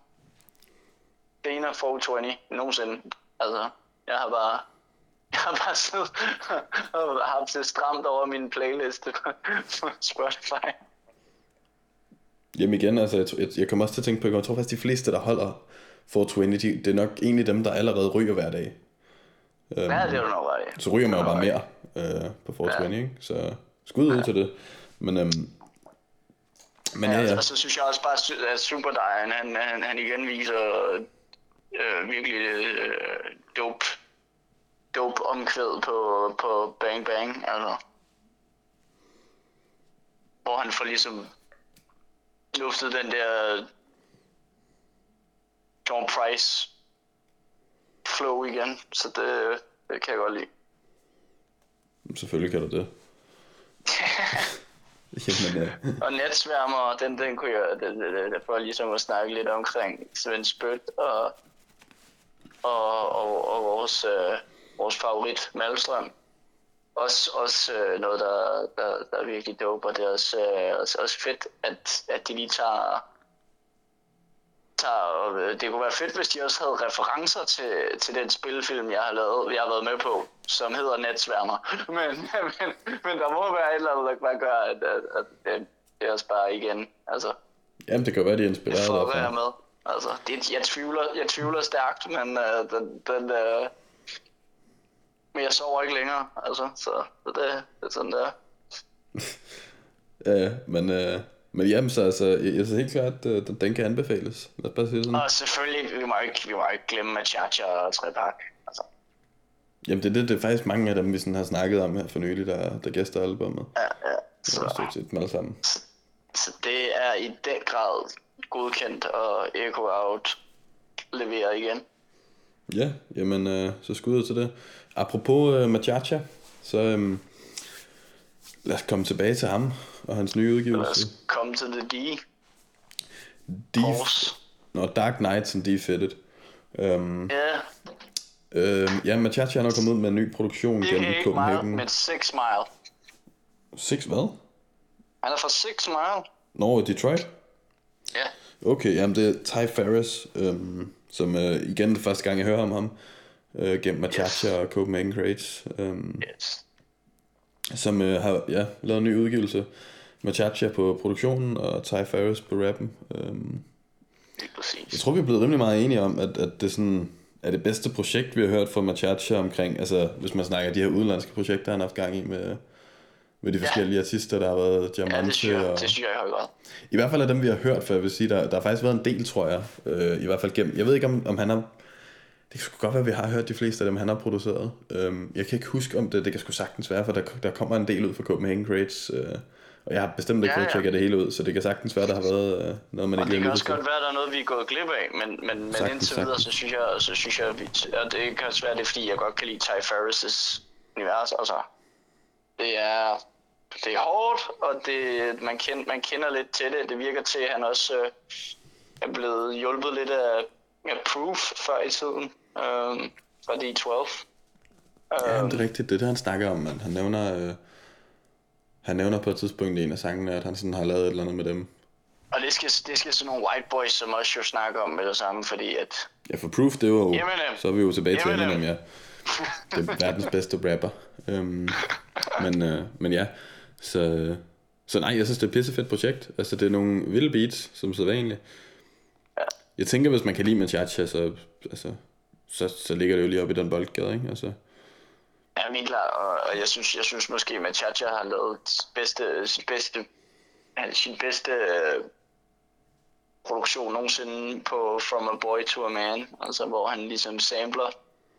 420 nogensinde. Altså, jeg har bare siddet og haft det stramt over min playliste på Spotify. Jamen igen, altså jeg kommer også til at tænke på, jeg tror faktisk de fleste, der holder 420, det er nok egentlig dem, der allerede ryger hver dag. Ja, det er du nok ret. Så ryger man jo bare mere på 420, ikke? Så skud ud til det. Men ja. Og så synes jeg også bare, at Superdine, han igen viser virkelig dope omkvæd på Bang Bang, altså. Hvor han får ligesom luftet den der John Price flow igen, så det kan jeg godt lide. Selvfølgelig kan du det. Jamen, og Netsværmer, den kunne jeg, det for ligesom at snakke lidt omkring Svend Spødt og vores favorit Malmstrøm. også noget, der er virkelig dope, og det er også fedt, at de lige tager det kunne være fedt, hvis de også havde referencer til den spilfilm, jeg har været med på, som hedder Netsværmer. Men der må være et eller andet, der gør, at det er også bare igen, altså. Jamen, det kan være, de er inspireret derfra. Jeg med. Altså, jeg tvivler stærkt, men men jeg sover ikke længere, altså, så det er sådan der. Ja, men jamen, så altså, jeg synes helt klart, at den kan anbefales. Lad os bare sige sådan. Og selvfølgelig, vi må ikke glemme Machacha og Trebak, altså. Jamen, det er faktisk mange af dem, vi sådan har snakket om her for nylig, der gæster albumet. Ja. Så det er dem alle sammen. Så det er i den grad godkendt, og Echo Out leverer igen. Ja, jamen, så skud til det. Apropos Machacha, så lad os komme tilbage til ham og hans nye udgivelse. Lad os komme til det Dark Knight, som de er fedtet. Ja, Machacha er nok kommet ud med en ny produktion gennem Copenhagen. Med 6 Mile. 6 hvad? Han er fra 6 Mile. Nå, Detroit? Ja. Okay, jamen det er Ty Farris, som igen det første gang jeg hører om ham, gennem Machacha og Copenhagen Crates, som har lavet en ny udgivelse. Machacha på produktionen og Ty Farris på rappen. Jeg tror vi er blevet rimelig meget enige om, at det sådan er det bedste projekt vi har hørt fra Machacha omkring, altså hvis man snakker de her udenlandske projekter han har haft gang i med de forskellige artister, der har været Diamante. Det synes jeg har godt. I hvert fald af dem vi har hørt, for jeg vil sige, der har faktisk været en del, tror jeg, i hvert fald gennem. Jeg ved ikke om han har, det kan sgu godt være vi har hørt de fleste af dem han har produceret. Jeg kan ikke huske om det kan sgu sagtens være, for der kommer en del ud fra Copenhagen Crates, og jeg har bestemt ikke fået tjekket det hele ud, så det kan sagtens være der har været noget man ikke. Og det kan også godt være der er noget vi er gået glip af, men indtil videre så synes jeg og det kan også være det fordi jeg godt kan lide Ty Farris' univers, altså. Det er hårdt, og man kender lidt til det. Det virker til, at han også er blevet hjulpet lidt af Proof før i tiden, fra D12. Ja, det er rigtigt. Det er det, han snakker om, man. Han nævner på et tidspunkt i en af sangene, at han sådan har lavet et eller andet med dem. Og det skal sådan nogle white boys, som også jo snakker om med det samme, fordi at... Ja, for Proof, det var jo... Så er vi jo tilbage til Eminem, ja. Det er verdens bedste rapper. Men ja, så nej, jeg synes det er et pissefedt projekt. Altså det er nogle vilde beats, som sædvanligt. Ja. Jeg tænker, hvis man kan lide Machacha, så ligger det jo lige op i den boldgade, ikke? Altså. Ja, helt klart, og jeg synes måske, at Machacha har lavet sin bedste produktion nogensinde på From a Boy to a Man, altså hvor han ligesom sampler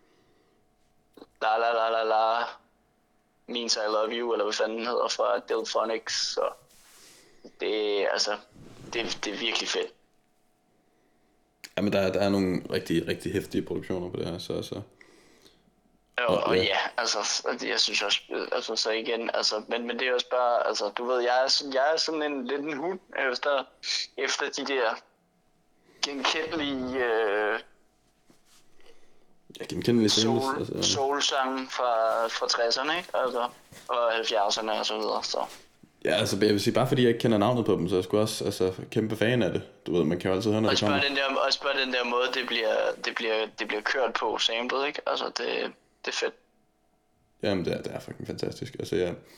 la la la la la Means I Love You, eller hvad fanden den hedder, fra Delphonics, så det er virkelig fedt. Jamen der er nogle rigtig, rigtig heftige produktioner på det her, så. Og ja, altså, jeg synes også, altså, så igen, altså, men det er også bare, altså, du ved, jeg er sådan lidt en hund, efter de der genkendelige, soul-sange fra 60'erne, ikke? Altså, og 70'erne og så videre, så. Ja, altså jeg vil sige, bare fordi jeg ikke kender navnet på dem, så er jeg sgu også kæmpe fan af det. Du ved, man kan jo altid høre, når det kommer. Også bare den der måde, det bliver kørt på samlet, ikke? Altså, det er fedt. Jamen, det er fucking fantastisk. Altså,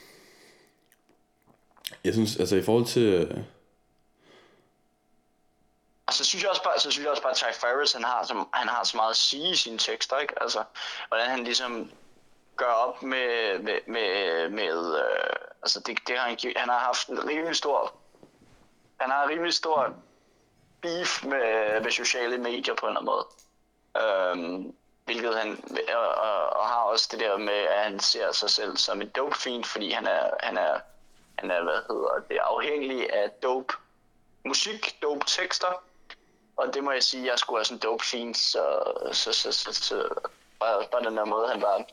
jeg synes, altså i forhold til... Og så synes jeg også bare, at Ty Farris, han har så meget at sige i sine tekster, ikke? Altså, hvordan han ligesom gør op med altså det har han har haft en rimelig stor beef med sociale medier på en eller anden måde. Hvilket han og har også det der med, at han ser sig selv som en dope fiend, fordi han er afhængig af dope musik, dope tekster. Og det må jeg sige, jeg skulle have sådan en dope fiend, så bare den der måde, han bare...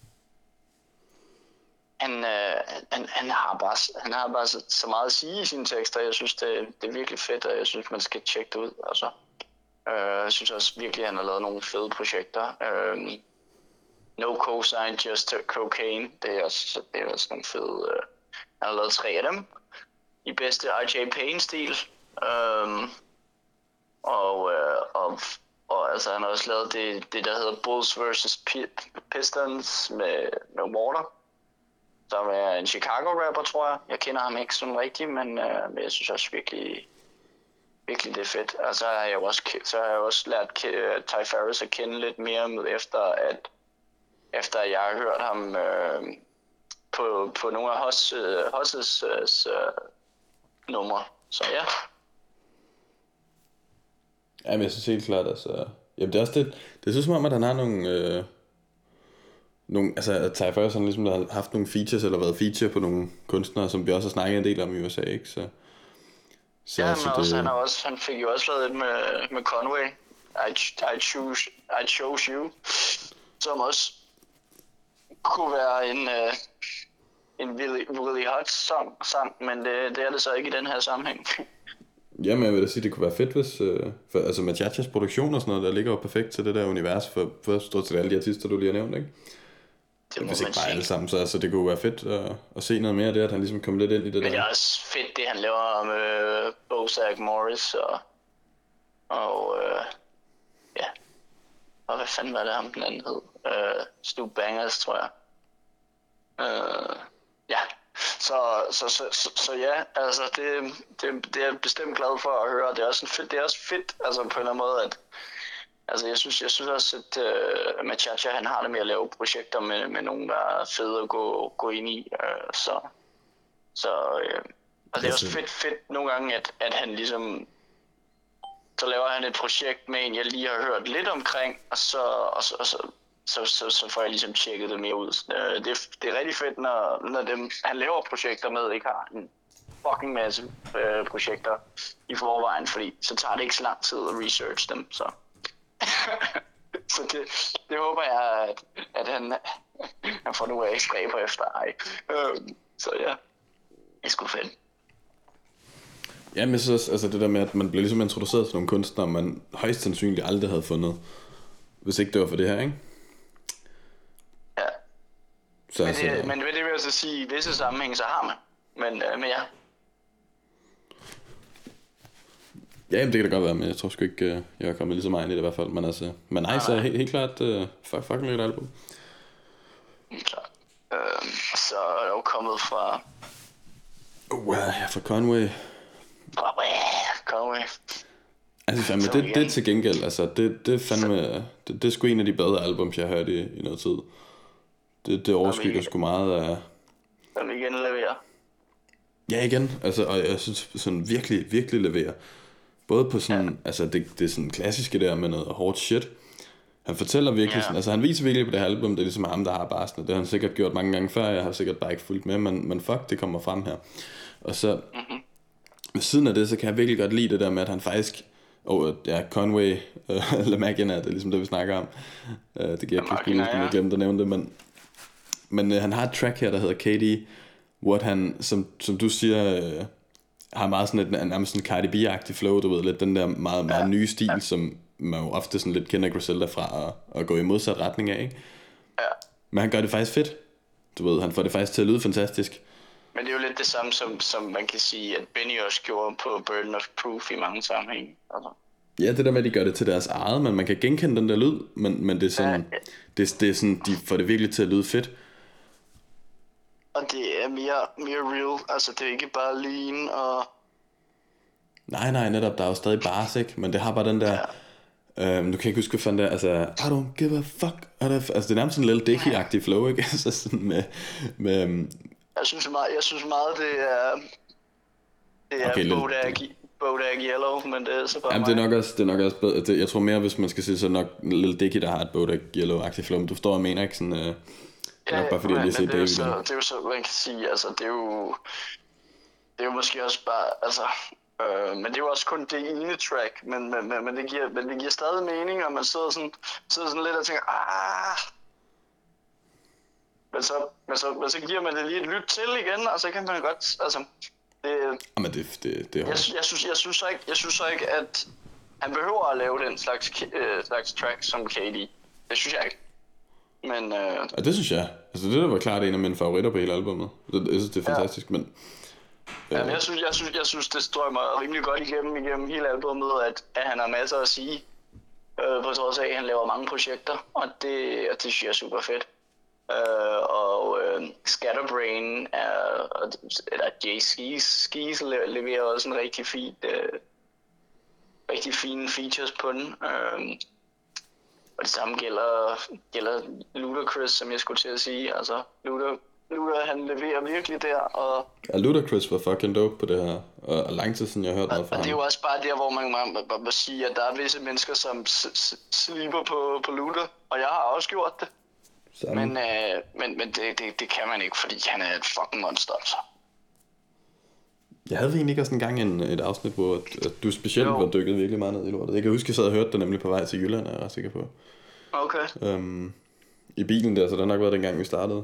Han har bare så meget at sige i sine tekster. Jeg synes, det er virkelig fedt, og jeg synes, man skal tjekke det ud. Altså. Jeg synes også virkelig, at han har lavet nogle fede projekter. No Cosign, Just Cocaine. Det er også nogle fede. Han har lavet 3 af dem i bedste RJ Payne-stil. Og altså han har også lavet det der hedder Bulls vs Pistons med Water, som er en Chicago rapper, tror jeg. Jeg kender ham ikke sådan rigtigt, men jeg synes også virkelig det er fedt. Altså så har jeg også lært Ty Farris at kende lidt mere med efter jeg har hørt ham på nogle af Hosses numre. Så ja. Jamen jeg synes helt klart, altså... Jamen det er også det synes som om, at han har nogle... altså at Ty Farris han ligesom har haft nogle features, eller været feature på nogle kunstnere, som vi også har snakket en del om i USA, ikke? Så ja, men også, han fik jo også lavet et med Conway, I Chose You, som også kunne være en Willie Hutch sang, men det er det så ikke i den her sammenhæng. Jamen jeg vil da sige, det kunne være fedt, hvis... altså Machachas produktion og sådan noget, der ligger jo perfekt til det der univers, for stort set alle de artister, du lige har nævnt, ikke? Hvis ikke bare alle sammen, så altså, det kunne være fedt at se noget mere af det, at han ligesom kom lidt ind i det der. Men det er også fedt, det han laver med Bozak Morris og ja. Og hvad fanden var det ham den anden hed? Stu Bangers, tror jeg. Ja. Så ja, altså det er jeg bestemt glad for at høre. Det er også fedt, altså på en eller anden måde, at altså jeg synes også, at Machacha han har det med at lave projekter med nogen, der er fede at gå ind i. Og det er også fedt nogle gange, at han ligesom, så laver han et projekt med en, jeg lige har hørt lidt omkring, og så får jeg ligesom tjekket det mere ud. Det er rigtig fedt, når dem, han laver projekter med, ikke har en fucking masse projekter i forvejen, fordi så tager det ikke så lang tid at research dem, så... Så det håber jeg, at han får nogle af stræber efter ej. Så ja, det er sgu fedt. Ja, men jeg synes altså det der med, at man bliver ligesom introduceret til nogle kunstnere, man højst sandsynligt aldrig havde fundet, hvis ikke det var for det her, ikke? Ja. Så, men det vil jeg så sige, i visse sammenhæng, så har man. Men ja. Ja, jamen, det kan da godt være, men jeg tror sgu ikke, jeg er kommet lige så meget ind i det i hvert fald. Men altså, Nice er helt klart fucking lidt album. Helt klart. Så er der jo kommet fra... Ja, fra Conway. Conway. Altså fandme, det til gengæld, altså, det er fandme, det er sgu en af de bedre albums, jeg har hørt i noget tid. Det overskygger sgu meget af... Den igen leverer. Ja, igen, altså, og jeg synes sådan virkelig, virkelig leverer. Både på sådan, altså det er sådan klassiske der med noget hårdt shit. Han fortæller virkelig sådan, altså han viser virkelig på det her album, det er ligesom ham, der har barsene. Det har han sikkert gjort mange gange før, jeg har sikkert bare ikke fulgt med, men fuck, det kommer frem her. Og så, ved siden af det, så kan jeg virkelig godt lide det der med, at han faktisk, Conway, LaMagina, det er ligesom det, vi snakker om. Det giver jeg ikke, jeg glemte at nævne det, men han har et track her, der hedder Katie, hvor han, som du siger... har meget sådan en nærmest sådan Cardi B-agtig flow, du ved, lidt den der meget, meget nye stil, som man jo ofte sådan lidt kender Griselda fra at gå i modsat retning af, ikke? Ja. Men han gør det faktisk fedt, du ved, han får det faktisk til at lyde fantastisk. Men det er jo lidt det samme, som man kan sige, at Benny også gjorde på Burden of Proof i mange sammenhænge. Altså. Ja, det der med, at de gør det til deres eget, men man kan genkende den der lyd, men det er sådan, det er sådan, de får det virkelig til at lyde fedt. Og det er mere real, altså det er ikke bare lean og... Nej, netop, der er jo stadig bars, ikke? Men det har bare den der... du kan ikke huske, hvad fanden der, altså... I don't give a fuck. Altså, det er nærmest sådan en lille Dickie-agtig flow, ikke? Altså sådan med jeg synes meget, det er okay, Bodak Yellow, men det er så bare jamen, det er nok også bedre. Jeg tror mere, hvis man skal sige, så nok Lil Dicky, der har et Bodak Yellow-agtigt flow. Men du forstår, jeg mener ikke sådan... det er nok bare fordi, jeg lige set David. Det er jo så, man kan sige, altså det er jo måske også bare, altså... men det er jo også kun det ene track, men det giver stadig mening, og man sidder sådan lidt og tænker, men så giver man det lige et lyt til igen, og så kan man godt, altså... Men det jeg synes så ikke, at han behøver at lave den slags track som KD. Det synes jeg ikke. Men Ja, det synes jeg. Altså det der var klart en af mine favoritter på hele albumet. Jeg synes, det er fantastisk, men... Jamen, jeg synes, det strømmer rimelig godt igennem hele albumet, at han har masser at sige. På trods af, at han laver mange projekter, og det synes jeg er super fedt. Scatterbrain eller Jay Skis leverer også en rigtig fine features på den. Og det samme gælder Ludacris, som jeg skulle til at sige. Altså, Luda han leverer virkelig der. Og ja, Ludacris var fucking dope på det her. Og lang tid siden jeg hørte noget fra ham. Og det er jo også bare der, hvor man må sige, at der er visse mennesker, som sliber på Luda. Og jeg har også gjort det. Men det kan man ikke, fordi han er et fucking monster, altså. Jeg havde egentlig ikke også engang et afsnit, hvor at du specielt var dykket virkelig meget ned i lortet. Jeg kan huske, jeg sad og hørte det nemlig på vej til Jylland, er jeg ret sikker på. Okay. I bilen der, så det har nok været dengang, vi startede.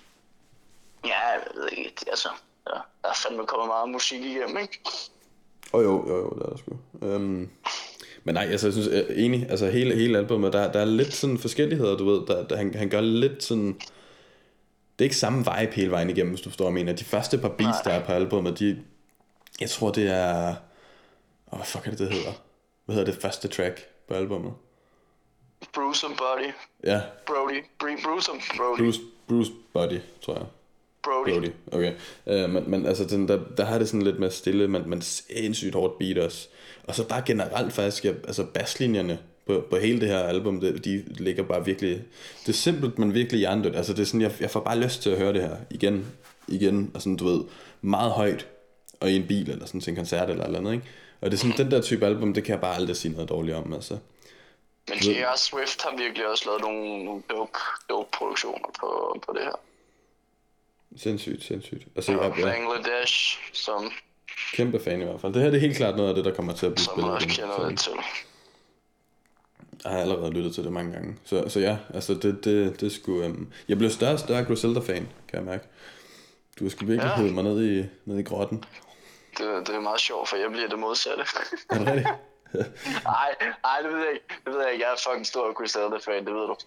Ja, jeg ved ikke, altså. Ja, der er fandme kommet meget musik igennem, ikke? Jo, det er der sgu. Men nej, altså jeg synes, enig, altså hele albumet, der er lidt sådan forskelligheder, du ved, han gør lidt sådan, det er ikke samme vibe hele vejen igennem, hvis du forstår, jeg mener. De første par beats, der er på albumet, jeg tror det er, hvad fuck er det hedder? Hvad hedder det første track på albumet? Bruce and Body. Ja. Brody. Bruce and Brody. Bruce Body, tror jeg. Brody. Okay. Men altså, der har det sådan lidt mere stille, men sindssygt hårdt beat også. Og så bare generelt faktisk, altså basslinjerne på hele det her album, de ligger bare virkelig, det er simpelt, men virkelig hjernedødt. Altså det er sådan, jeg får bare lyst til at høre det her igen, og sådan, du ved, meget højt, og i en bil, eller sådan til en koncert, eller andet, ikke? Og det er sådan, den der type album, det kan jeg bare aldrig sige noget dårligt om, altså. Men J.R. Swift har virkelig også lavet nogle dope produktioner på det her. Sindssygt. Altså, Bangladesh, som... Kæmpe fan i hvert fald. Det her det er helt klart noget af det, der kommer til at blive spillet. Som jeg kender lidt til. Jeg har allerede lyttet til det mange gange. Så ja, altså det skulle... Jeg blev større og større Griselda-fan, kan jeg mærke. Du har sgu virkelig hævet mig ned i grotten. Det er meget sjovt, for jeg bliver det modsatte. Er det rigtigt? Nej, det ved jeg ikke. Jeg er fucking stor Griselda-fan, det ved du.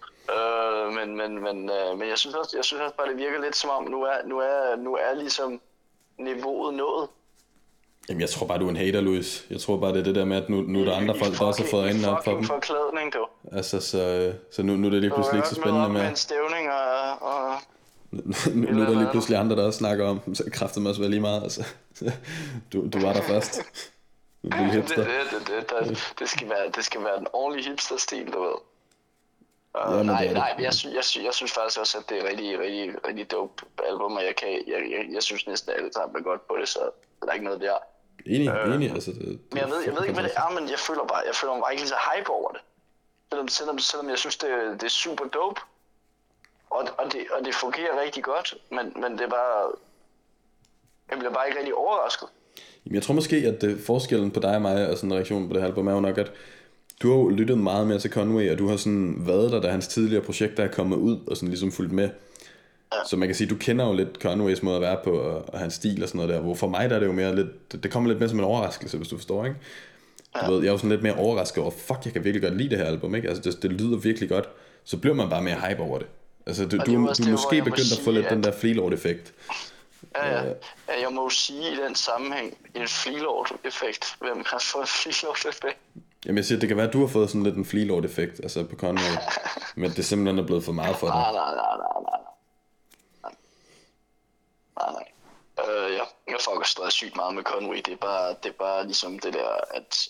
Men jeg synes også bare, det virker lidt som om, nu er ligesom niveauet nået. Jamen, jeg tror bare, du er en hater, Louis. Jeg tror bare, det er det der med, at nu er der andre folk, der også har fået øjnene op for dem. Forklædning, du. Altså, så nu er det lige pludselig ikke så spændende med... en stævning og... nu er der lige pludselig andre, der også snakker om, så kræfter mig også vel lige meget, altså. Du var der først. Det skal være en ordentlig hipster-stil, du ved. Jeg synes faktisk også, at det er rigtig dope album, og jeg synes næsten alle sammen er godt på det, så der er ikke noget der. Enig, altså men jeg ved ikke, hvad det er, men jeg føler mig bare ikke lige så hype over det. Selvom jeg synes, det er super dope, og det fungerer rigtig godt, men det er bare... Jeg bliver bare ikke rigtig overrasket. Jamen, jeg tror måske, at forskellen på dig og mig og sådan en reaktion på det her album er jo nok, at du har jo lyttet meget mere til Conway, og du har sådan været der, da hans tidligere projekter er kommet ud, og sådan ligesom fulgt med. Ja. Så man kan sige, du kender jo lidt Conways måde at være på, og hans stil og sådan noget der, hvor for mig der er det jo mere lidt, det kommer lidt mere som en overraskelse, hvis du forstår, ikke? Du ved, jeg er jo sådan lidt mere overrasket over, fuck, jeg kan virkelig godt lide det her album, ikke? Altså det lyder virkelig godt, så bliver man bare mere hype over det. Altså du er måske begyndt at få lidt den der Fleelord-effekt. Ja. Jeg må jo sige i den sammenhæng, en Fleelord-effekt. Hvem har fået en Fleelord-effekt? Jamen jeg siger, det kan være, at du har fået sådan lidt en Fleelord-effekt, altså på Conway. Men det simpelthen er blevet for meget for dig. Nej. Jeg fucker stadig sygt meget med Conway. Det er bare ligesom det der, at...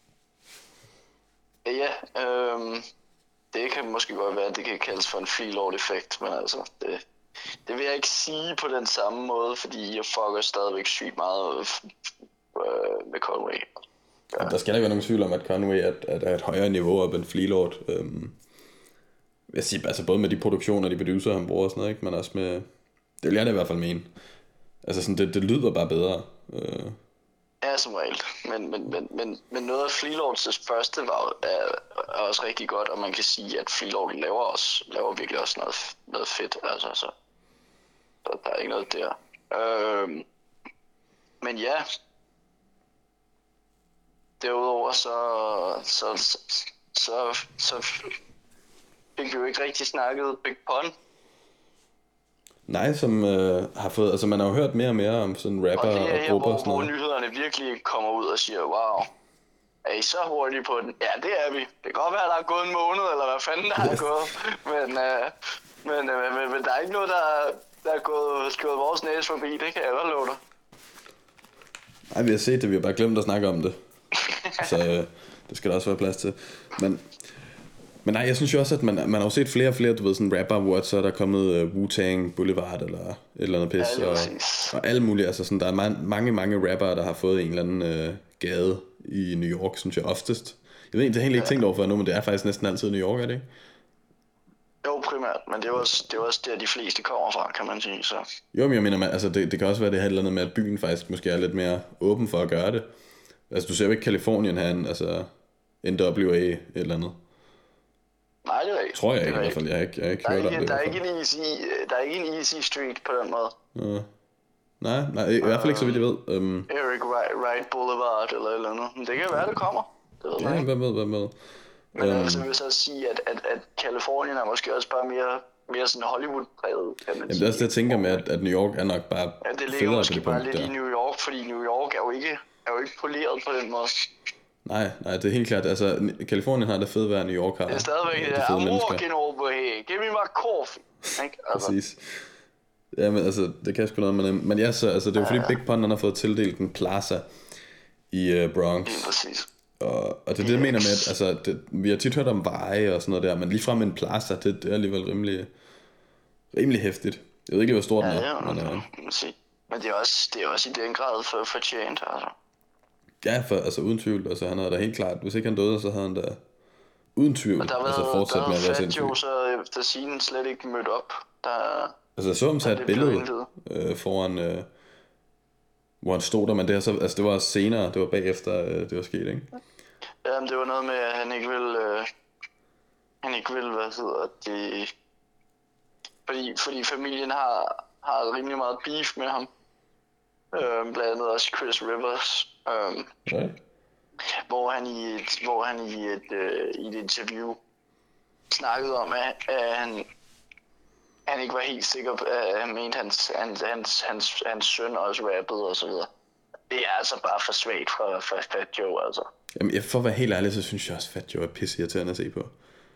det kan måske godt være, at det kan kaldes for en Fleelord-effekt, men altså, det vil jeg ikke sige på den samme måde, fordi jeg fucker stadigvæk sygt meget med Conway. Ja. Der skal ikke være nogen tvivl om, at Conway er et højere niveau op end Fleelord. Jeg siger altså både med de produktioner, de producer, han bruger og sådan noget, ikke? Men også med... Det vil jeg da i hvert fald mene. Altså sådan, det lyder bare bedre. Ja, som regel. Men noget af Fleelords første er også rigtig godt, og man kan sige, at Fleelord laver virkelig også noget fedt. Altså, så der er ikke noget der. Men ja, derudover så fik vi jo ikke rigtig snakket Big Pun. Nej, som har fået, altså man har jo hørt mere og mere om sådan rapper Og og, det er her, grupper og sådan hvor noget. nyhederne virkelig kommer ud og siger, wow, er I så hurtige på den? Ja, det er vi. Det kan godt være, at der er gået en måned, eller hvad fanden der er gået. Men der er ikke noget, der er gået vores næse forbi, det kan jeg godt love dig. Nej, vi har set det, vi har bare glemt at snakke om det. Så det skal der også være plads til. Men nej, jeg synes jo også, at man har jo set flere og flere, du ved, sådan rapper, hvor så er der kommet Wu-Tang Boulevard eller et eller andet pis. Ja, og alle mulige, altså sådan, der er mange rappere, der har fået en eller anden gade i New York, synes jeg oftest. Jeg ved ikke, det har egentlig ikke tænkt over for nu, men det er faktisk næsten altid New York, er det ikke? Jo, primært, men det er også der, de fleste kommer fra, kan man sige. Så. Jo, men jeg mener, altså det kan også være, det har et eller andet med, at byen faktisk måske er lidt mere åben for at gøre det. Altså, du ser jo ikke Californien have altså NWA et eller andet. Nej, det er rigtigt. Tror jeg ikke i hvert fald. Jeg har ikke hørt om det. Der er ikke en easy street på den måde. Nej, i hvert fald ikke så vidt jeg ved. Eric Wright Boulevard eller et eller andet. Men det kan være, det kommer. Det ved man ikke. Hvad med? Men altså, jeg vil så sige, at Californien er måske også bare mere sådan Hollywood-præget, kan man Jamen, det er også det, jeg tænker med, at New York er nok bare ja, det ligger federe måske på det bare punkt lidt der. i New York, fordi New York er jo ikke poleret på den måde. Nej, det er helt klart. Altså, Californien har det fede vejr, New York har Det er stadigvæk det der, I'm walking over here, give me my coffee. Ikke? Altså. Præcis. Ja, men altså, det kan sgu noget med det. Men ja, så altså, det er jo fordi Big Pun, han har fået tildelt en plaza i Bronx. Ja, præcis. Og det er det, jeg mener med, at altså, vi har tit hørt om veje og sådan noget der, men ligefrem en plaza, det er alligevel rimelig hæftigt. Jeg ved ikke, hvor stort den er. Ja, men det er også i den grad fortjent, altså. Ja, for altså uden tvivl, altså han havde da helt klart, hvis ikke han døde, så havde han da uden tvivl fortsat med at være sindssyg. Og der havde Fat Joe så efter scenen slet ikke mødt op. Altså jeg så ham tage et billede foran, hvor han stod der, men det, det var senere, det var bagefter det var sket, ikke? Jamen det var noget med, at han ikke ville, hvad hedder det, fordi familien har rimelig meget beef med ham. Blandt andet også Chris Rivers. Okay. Hvor han i et interview snakkede om, at han ikke var helt sikker på, at han mente hans søn også rappede og så videre. Det er altså bare for svagt fra Fat Joe, altså. Jamen, for at være helt ærlig, så synes jeg også, Fat Joe er pisseirriterende at se på.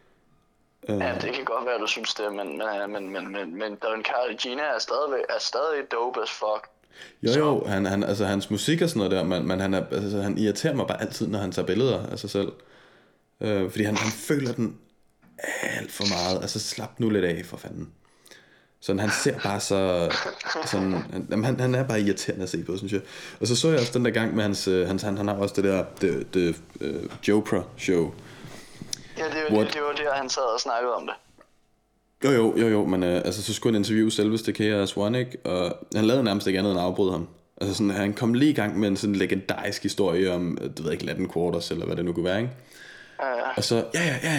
Ja, det kan godt være, du synes det, men Don Carolina er stadig dope as fuck. Jo, altså hans musik og sådan noget der, men han irriterer mig bare altid, når han tager billeder af sig selv. Fordi han føler den alt for meget. Altså slap nu lidt af, for fanden. Sådan, han ser bare så sådan, han er bare irriterende at se på, synes jeg. Og så jeg også den der gang med han har også det der Jopra show. Ja, det var der, han sad og snakkede om det. Jo, men altså, så skulle han interviewe selveste KRS-One, ikke? Og han lavede nærmest ikke andet end at afbryde ham. Altså sådan, han kom lige i gang med en sådan legendarisk historie om, du ved ikke, Latin Quarters, eller hvad det nu kunne være, ikke? Ja. Og så,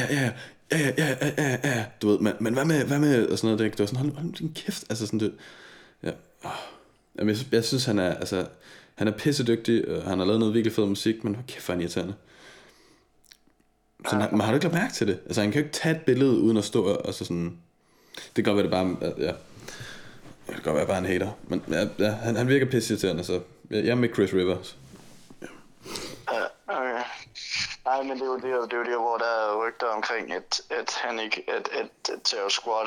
ja, du ved, men hvad med, og sådan noget, det var sådan, hold din kæft, altså sådan, det, ja, Jamen, jeg synes, han er pissedygtig, og han har lavet noget virkelig fed musik, men hvor kæft, hvor han irriterende. Så man har du ikke lagt mærke til det? Altså han kan jo ikke tage et billede uden at stå og så sådan. Det kan godt være det bare ja. Det kan godt være bare en hater. Men ja, han virker pisseirriterende, så jeg er med Chris Rivers. Ja. Okay. Nej, men det er jo det, hvor der er rygter omkring, at han ikke, at Terror Squad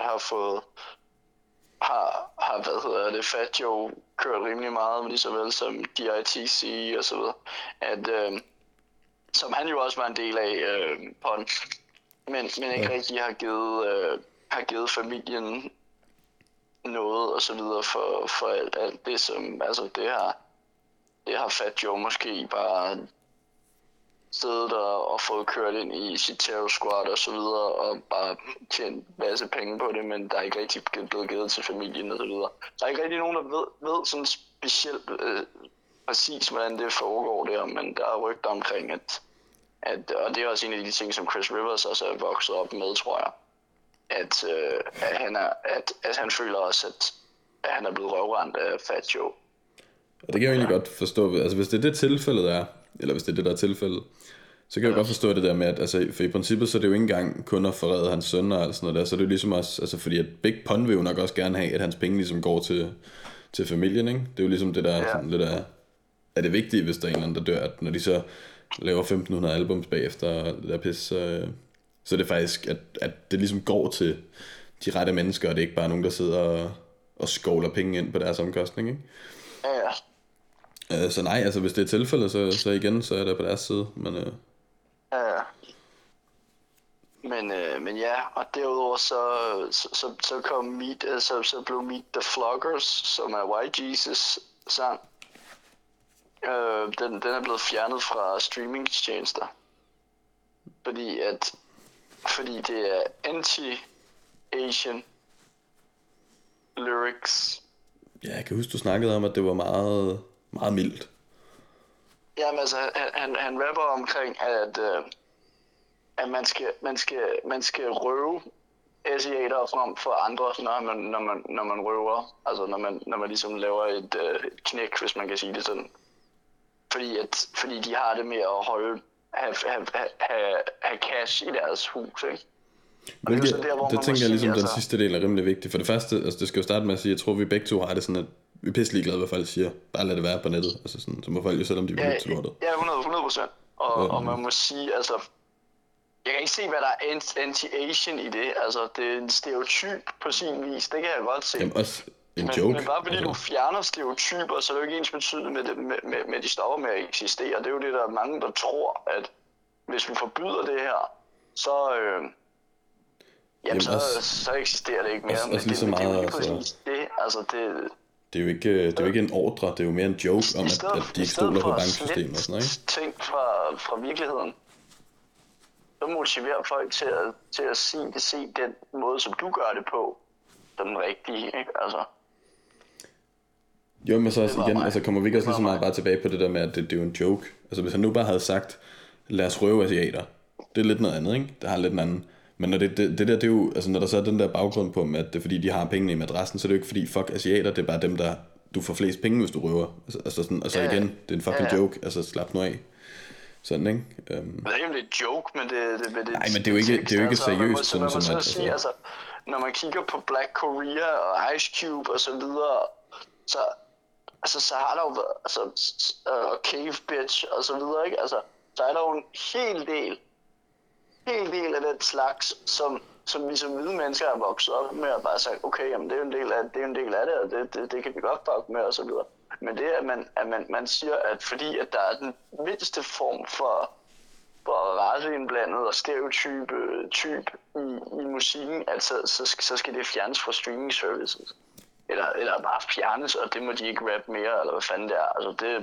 har hvad hedder det, Fat Joe kørt rimelig meget, lige så vel som DITC og så videre, at som han jo også var en del af Pun, men ikke rigtig har givet familien noget og så videre for alt det, som altså det har Fat Joe måske bare siddet der og fået kørt ind i sit Terror Squad og så videre og bare tjent en masse penge på det, men der er ikke rigtig blevet givet til familien og så videre. Der er ikke rigtig nogen, der ved sådan specielt præcis, hvordan det foregår der, men der er rygter omkring, at og det er også en af de ting, som Chris Rivers også er vokset op med, tror jeg, at han føler også, at han er blevet røvrendt af Fat Joe. Og det kan jeg egentlig godt forstå, altså hvis det er det tilfældet er, eller hvis det er det der er tilfældet, Så kan jeg godt forstå det der med, at altså, for i princippet så er det jo ikke engang kun at forrede hans sønner og sådan noget der, så er det jo ligesom også, altså fordi at Big Pun vil jo nok også gerne have, at hans penge ligesom går til familien, ikke? Det er jo ligesom det der sådan lidt er det vigtige, hvis der er en eller anden, der dør, at når de så laver 1500 albums bagefter, og det der pis, så er det faktisk, at det ligesom går til de rette mennesker, og det er ikke bare nogen, der sidder og skovler penge ind på deres omkostning, ikke? Ja. Så nej, altså hvis det er tilfældet, så igen, så er det på deres side, men... Ja. Men ja, og derudover så kom så blev Meet the Floggers, som er YG's sang. Den er blevet fjernet fra streamingtjenester. Fordi det er anti-Asian lyrics. Ja, jeg kan huske, du snakkede om, at det var meget, meget mildt. Jamen altså, han rapper omkring, at man skal røve asiater frem for andre, når man røver. Altså når man ligesom laver et knæk, hvis man kan sige det sådan. Fordi de har det med at have cash i deres hus, ikke? Det tænker jeg ligesom, den sidste del er rimelig vigtig. For det første, altså det skal jo starte med at sige, jeg tror vi begge to har det sådan, at vi er pisselig glade, hvad folk siger. Bare lad det være på nettet. Altså sådan, så må folk jo, selvom de vil lytte til lortet. Ja, 100%. Og man må sige, altså, jeg kan ikke se, hvad der er anti-Asian i det. Altså, det er en stereotyp på sin vis. Det kan jeg godt se. Jamen også en joke. Men bare fordi du fjerner stereotyper, så er det jo ikke ens betydende med at de stopper med at eksistere. Det er jo det, der er mange, der tror, at hvis vi forbyder det her, så... så eksisterer det ikke mere. Men det er jo ikke præcis det. Altså, det er jo ikke en ordre, det er jo mere en joke om, at de ikke stoler på banksystemet og sådan noget, ikke? Ting fra virkeligheden, så motiverer folk til at se den måde, som du gør det på, den rigtige, ikke? Altså. Jo, men så også igen, altså kommer vi ikke også lige så meget bare tilbage på det der med, at det er jo en joke. Altså hvis han nu bare havde sagt, lad os røve asiater, det er lidt noget andet, ikke? Det har lidt en anden. Men når det der, det er jo, altså når der så er den der baggrund på, at det er fordi, de har pengene i madrassen, så er det jo ikke fordi, fuck asiater, det er bare dem, der, du får flest penge, hvis du røver. Altså sådan, og så igen, det er en fucking joke, altså slap nu af. Sådan, ikke? Det er ikke en joke, men det nej, men det er jo ikke seriøst, sådan som at... Sige, altså, når man kigger på Black Korea og Ice Cube og så videre, så har der jo været, altså, og Cave Bitch og så videre, ikke? Altså, så er der jo en hel del af den slags, som vi som hvide mennesker er vokset op med og bare sagt, okay, jamen det er jo en del af det, og det kan vi godt fuck med og så videre. Men det er, at man siger, at fordi at der er den mindste form for raceindblandet og stereotype i musikken, at så skal det fjernes fra streaming services. Eller bare fjernes, og det må de ikke rappe mere, eller hvad fanden det er. Altså det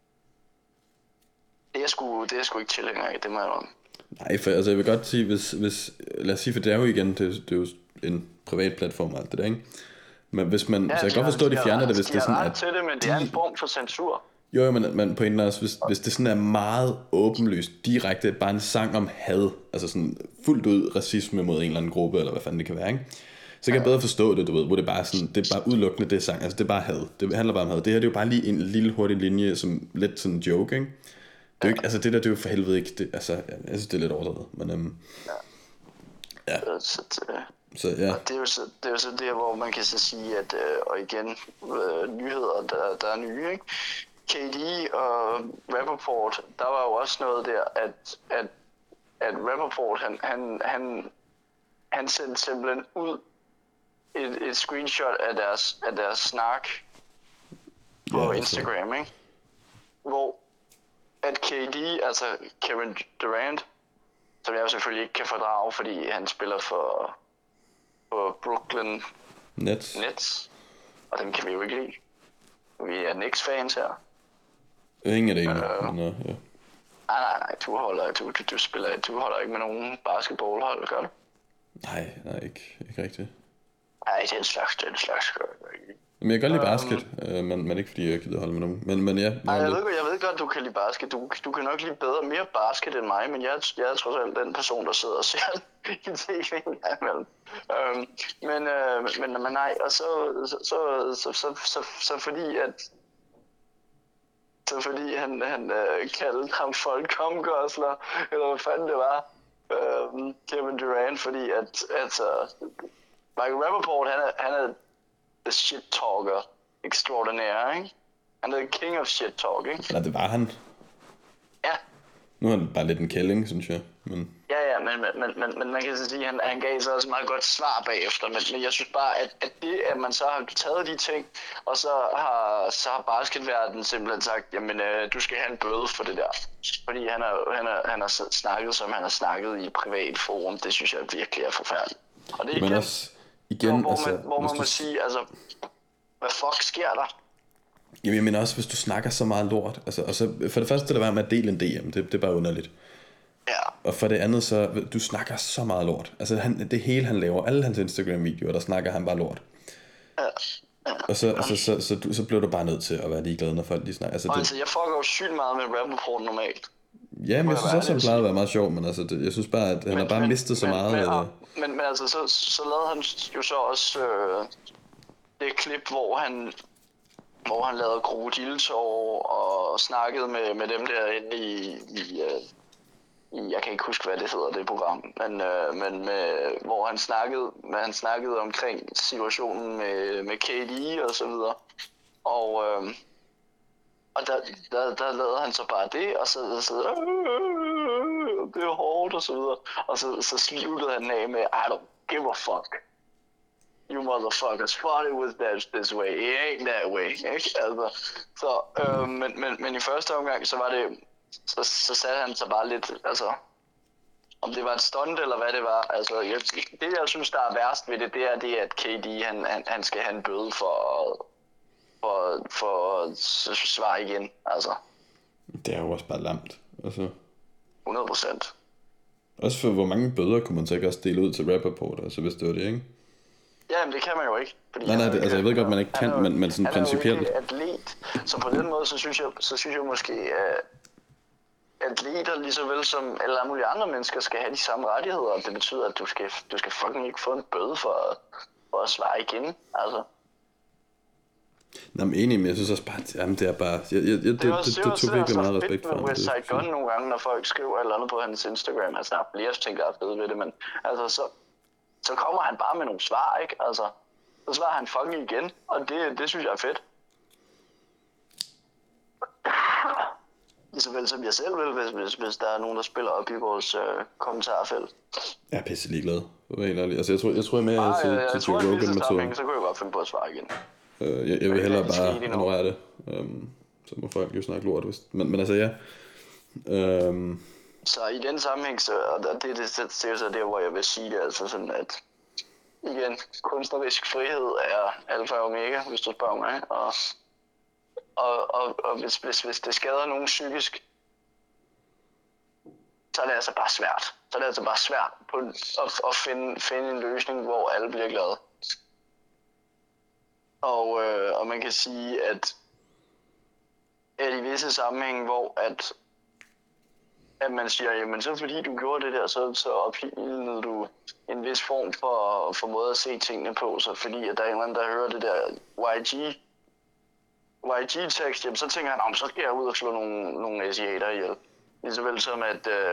er sgu ikke tilhænger af, det må jeg om. Nej, for altså jeg vil godt sige, hvis lad os sige, for det er jo igen, det er jo en privat platform og alt det der, ikke? Men hvis man, så jeg kan godt forstå, at de fjerner det, hvis det er sådan, at... til det, men det er en form for censur. Jo, men pointen er også, hvis det sådan er meget åbenlyst, direkte, bare en sang om had, altså sådan fuldt ud racisme mod en eller anden gruppe, eller hvad fanden det kan være, ikke? Så kan jeg bedre forstå det, du ved, hvor det er bare sådan, det er bare udelukkende det sang, altså det er bare had, det handler bare om had. Det her, det er jo bare lige en lille hurtig linje, som lidt sådan en joke, ikke? Det er jo ikke, altså det der, det er jo for helvede ikke, det, altså, jeg synes, det er lidt overdrevet, men ja. Så ja. Og det er jo så det, hvor man kan så sige, at, og igen, nyheder, der er nye, ikke? KD og Rapaport, der var jo også noget der, at Rapaport, han sendte simpelthen ud et screenshot af deres snak på Instagram, ikke? Hvor at KD, altså Kevin Durant, som jeg jo selvfølgelig ikke kan fordrage, fordi han spiller for Brooklyn Nets, og dem kan vi jo ikke lide. Vi er Knicks-fans her. Ingen af det egentlig. Ja. Nej, du holder ikke med nogen basketballhold, gør du? Nej, ikke rigtigt. Nej, det er en slags Men jeg kan godt lide basket, men ikke fordi jeg gider holde med nogen. Men ja. Nej, jeg ved godt, du kan lide basket. Du kan nok lide mere basket end mig, men jeg er trods alt den person, der sidder og ser i tv imellem. Men nej, og så fordi at Så fordi han kaldte ham for en comgosler, eller hvad fanden det var, Kevin Durant, fordi at altså, Michael Rappaport, han er the shit talker extraordinaire, ikke? Han er the king of shit talk, ikke? Ja, det var han. Ja. Nu er han bare lidt en kælling, synes jeg. Men... Ja, men man kan så sige, at han gav sig også meget godt svar bagefter, men jeg synes bare, at det, at man så har taget de ting, og så har basketverdenen simpelthen sagt, jamen, du skal have en bøde for det der. Fordi han har snakket, som han har snakket i privat forum, det synes jeg virkelig er forfærdeligt. Og det er men også, igen, hvor man må sige, altså, hvad fuck sker der? Jamen, jeg mener også, hvis du snakker så meget lort, altså for det første, det være med at dele en DM, det er bare underligt. Ja. Og for det andet, så du snakker så meget lort. Altså det hele han laver, alle hans Instagram-videoer, der snakker han bare lort. Ja. Og så bliver du bare nødt til at være ligeglad, når folk de snakker. Altså, jeg fucker jo sygt meget med Rappaport normalt. Ja, men jeg synes også, han plejede at være meget sjov, men altså, jeg synes bare, at han har bare mistet så meget. Men altså, så lavede han jo så også det klip, hvor han lavede krokodilletår og snakkede med dem derinde i jeg kan ikke huske, hvad det hedder, det program, men hvor han snakkede omkring situationen med KD og så videre. Og der lavede han så bare det, og så det er hårdt og så videre. Og så sluttede han af med, I don't give a fuck. You motherfuckers thought it was this way. It ain't that way. Ikke? Altså, så, men i første omgang, så var det, så satte han sig bare lidt, altså, om det var et stunt eller hvad det var. Altså, det jeg synes, der er værst ved det, det er, at KD, han skal have en bøde for at svare igen, altså. Det er jo også bare lamt, altså. 100%. Også for hvor mange bøder kunne man så ikke også dele ud til Rappaport, altså hvis det var det, ikke? Ja, men det kan man jo ikke. Fordi Nej, det, altså jeg ved godt, man ikke kan, men sådan principielt. Han er jo ikke atlet, så på den måde, så synes jeg måske, at atleter lige så vel som alle mulige andre mennesker skal have de samme rettigheder, og det betyder, at du skal fucking ikke få en bøde for at svare igen, altså. Nå, men enig, men jeg synes også bare, jamen det er bare, det tog virkelig meget respekt for ham. Det er også Westside Gun nogle gange, når folk skriver et eller andet på hans Instagram, altså der er flere ting, der er fede ved det, men altså så kommer han bare med nogle svar, ikke? Altså, så svarer han fucking igen, og det synes jeg er fedt. Såvel som jeg selv vil, hvis der er nogen, der spiller op i vores kommentarfelt. Jeg er pisse ligeglad, altså jeg tror mere til Joe Rogan-metoden. Så kunne jeg godt finde på at svare igen. Jeg vil hellere bare ignorere det. Så må folk jo snakke lort, men altså ja. Så i den sammenhæng, og det er så der, hvor jeg vil sige det, altså sådan at, igen, kunstnerisk frihed er alfa og omega, hvis du spørger mig, og hvis det skader nogen psykisk, så er det altså bare svært. Så er det altså bare svært at finde en løsning, hvor alle bliver glade. Og man kan sige, at i visse sammenhæng, hvor at man siger, jamen så fordi du gjorde det der, så opildnede du en vis form for måde at se tingene på, så fordi at der er en eller anden, der hører det der YG-tekst, jamen så tænker han, så skal jeg ud og slå nogle asiater ihjel. Lige så vel som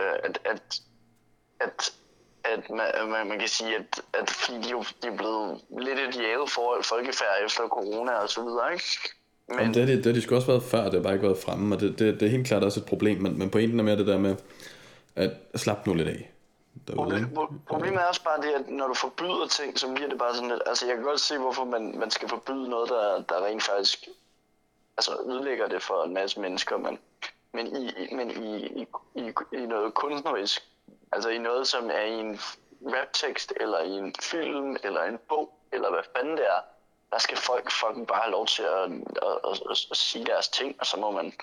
at man kan sige, at fordi de er blevet lidt et jævet folkefærd efter corona og så videre, ikke? Men det har de sgu også været før, det har bare ikke været fremme, og det er helt klart også et problem, men pointen er mere det der med at slappe nu lidt af. Problemet er også bare det, at når du forbyder ting, så bliver det bare sådan lidt, altså jeg kan godt se, hvorfor man skal forbyde noget, der rent faktisk altså ødelægger det for en masse mennesker, men i noget kunstnerisk, altså i noget, som er i en raptekst, eller i en film, eller en bog, eller hvad fanden det er, der skal folk fucking bare have lov til at sige deres ting, og så må man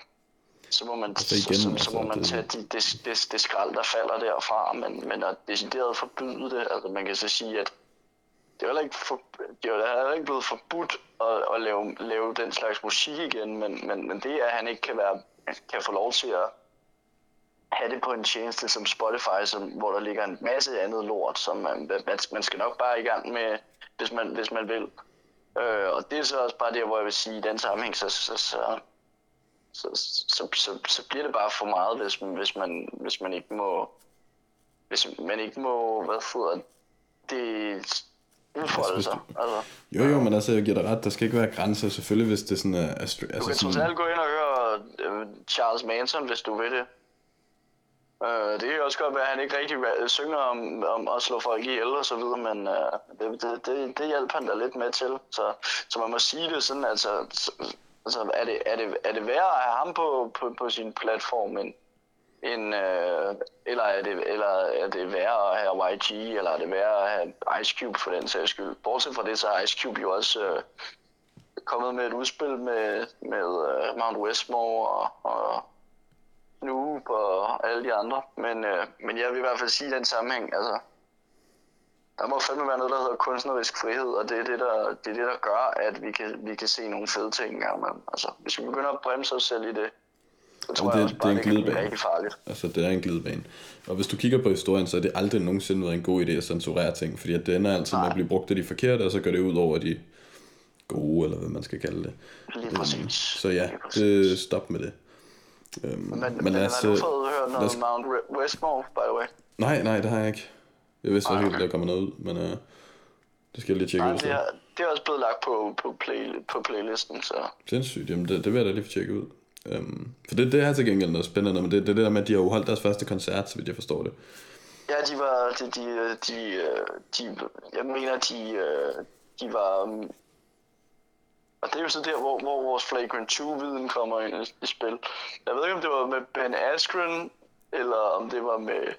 tage det skrald, der falder derfra, men at decideret forbyde det, altså man kan så sige, at det er heller ikke blevet forbudt at lave den slags musik igen, men det at han ikke kan få lov til at have det på en tjeneste som Spotify, hvor der ligger en masse andet lort, som man skal nok bare i gang med, hvis man vil. Og det er så også bare det, hvor jeg vil sige, i den sammenhæng, så så bliver det bare for meget, hvis man ikke må, hvad hedder det, udfolde sig. Altså, jo, men altså, jeg giver dig ret, der skal ikke være grænser, selvfølgelig, hvis det sådan er... du kan trods alt gå ind og høre Charles Manson, hvis du vil det. Det kan også godt være, at han ikke rigtig synger om at slå folk ihjel og så videre, men det hjælper han da lidt med til. Så man må sige det sådan, altså er det værd at have ham på sin platform, eller er det værd at have YG, eller er det værd at have Ice Cube for den sags skyld? Bortset fra det, så er Ice Cube jo også kommet med et udspil med Mount Westmore og Snoop og alle de andre, men jeg vil i hvert fald sige i den sammenhæng, altså der må fandme være noget, der hedder kunstnerisk frihed, og det er det, der gør, at vi kan se nogle fede ting engang. Altså, hvis vi begynder at bremse os selv i det, så tror jeg også bare, det kan blive rigtig farligt. Altså, det er en glidebane. Og hvis du kigger på historien, så er det aldrig nogensinde været en god idé at censurere ting, fordi at det ender altid med at blive brugt af de forkerte, og så går det ud over de gode, eller hvad man skal kalde det. Lige præcis. Så ja, det stop med det. Men har du fået hørt noget om Mount Westmore, by the way? Nej, det har jeg ikke. Jeg vidste ikke, at der kommer noget ud, men det skal jeg lige tjekke ud. Det er også blevet lagt på playlisten, så... Sindssygt, jamen det vil jeg da lige få tjekket ud. For det er til gengæld noget spændende, men det er det der med, at de har jo holdt deres første koncert, så vidt jeg forstår det. Ja, jeg mener, de var... Og det er jo så der, hvor vores Flagrant 2-viden kommer ind i spil. Jeg ved ikke, om det var med Ben Askren, eller om det var med...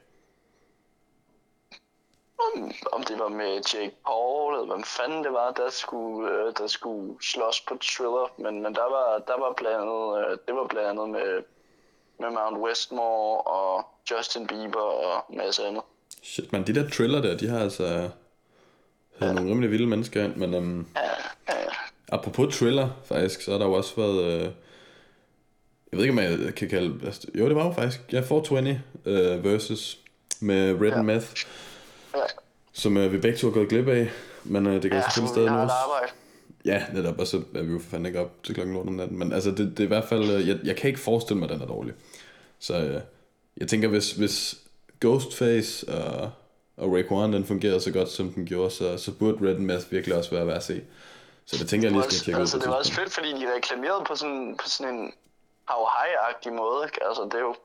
Om det var med Jake Paul, eller hvad fanden det var, der skulle slås på Thriller. Men der var blandt andet med Mount Westmore og Justin Bieber og en masse andet. Shit, man, de der Thriller der, de har altså nogle rimelig vilde mennesker ind, men apropos Thriller, faktisk, så har der jo også været, jeg ved ikke, om jeg kan kalde, jo, det var jo faktisk, 420 versus med Red and Meth, som vi begge to har gået glip af, men det kan selvfølgelig stadig nås. Ja, netop, og så er vi jo for fanden ikke op til klokken lort om natten, men altså, det er i hvert fald, jeg kan ikke forestille mig, at den er dårlig. Så jeg tænker, hvis Ghostface og Raekwon, den fungerede så godt, som den gjorde, så burde Red and Meth virkelig også være værd at se. Så det tænker jeg lige skal tjekke ud. Altså, det var også fedt, fordi de reklamerede på sådan en How High-agtig måde, ikke? Altså, det er jo...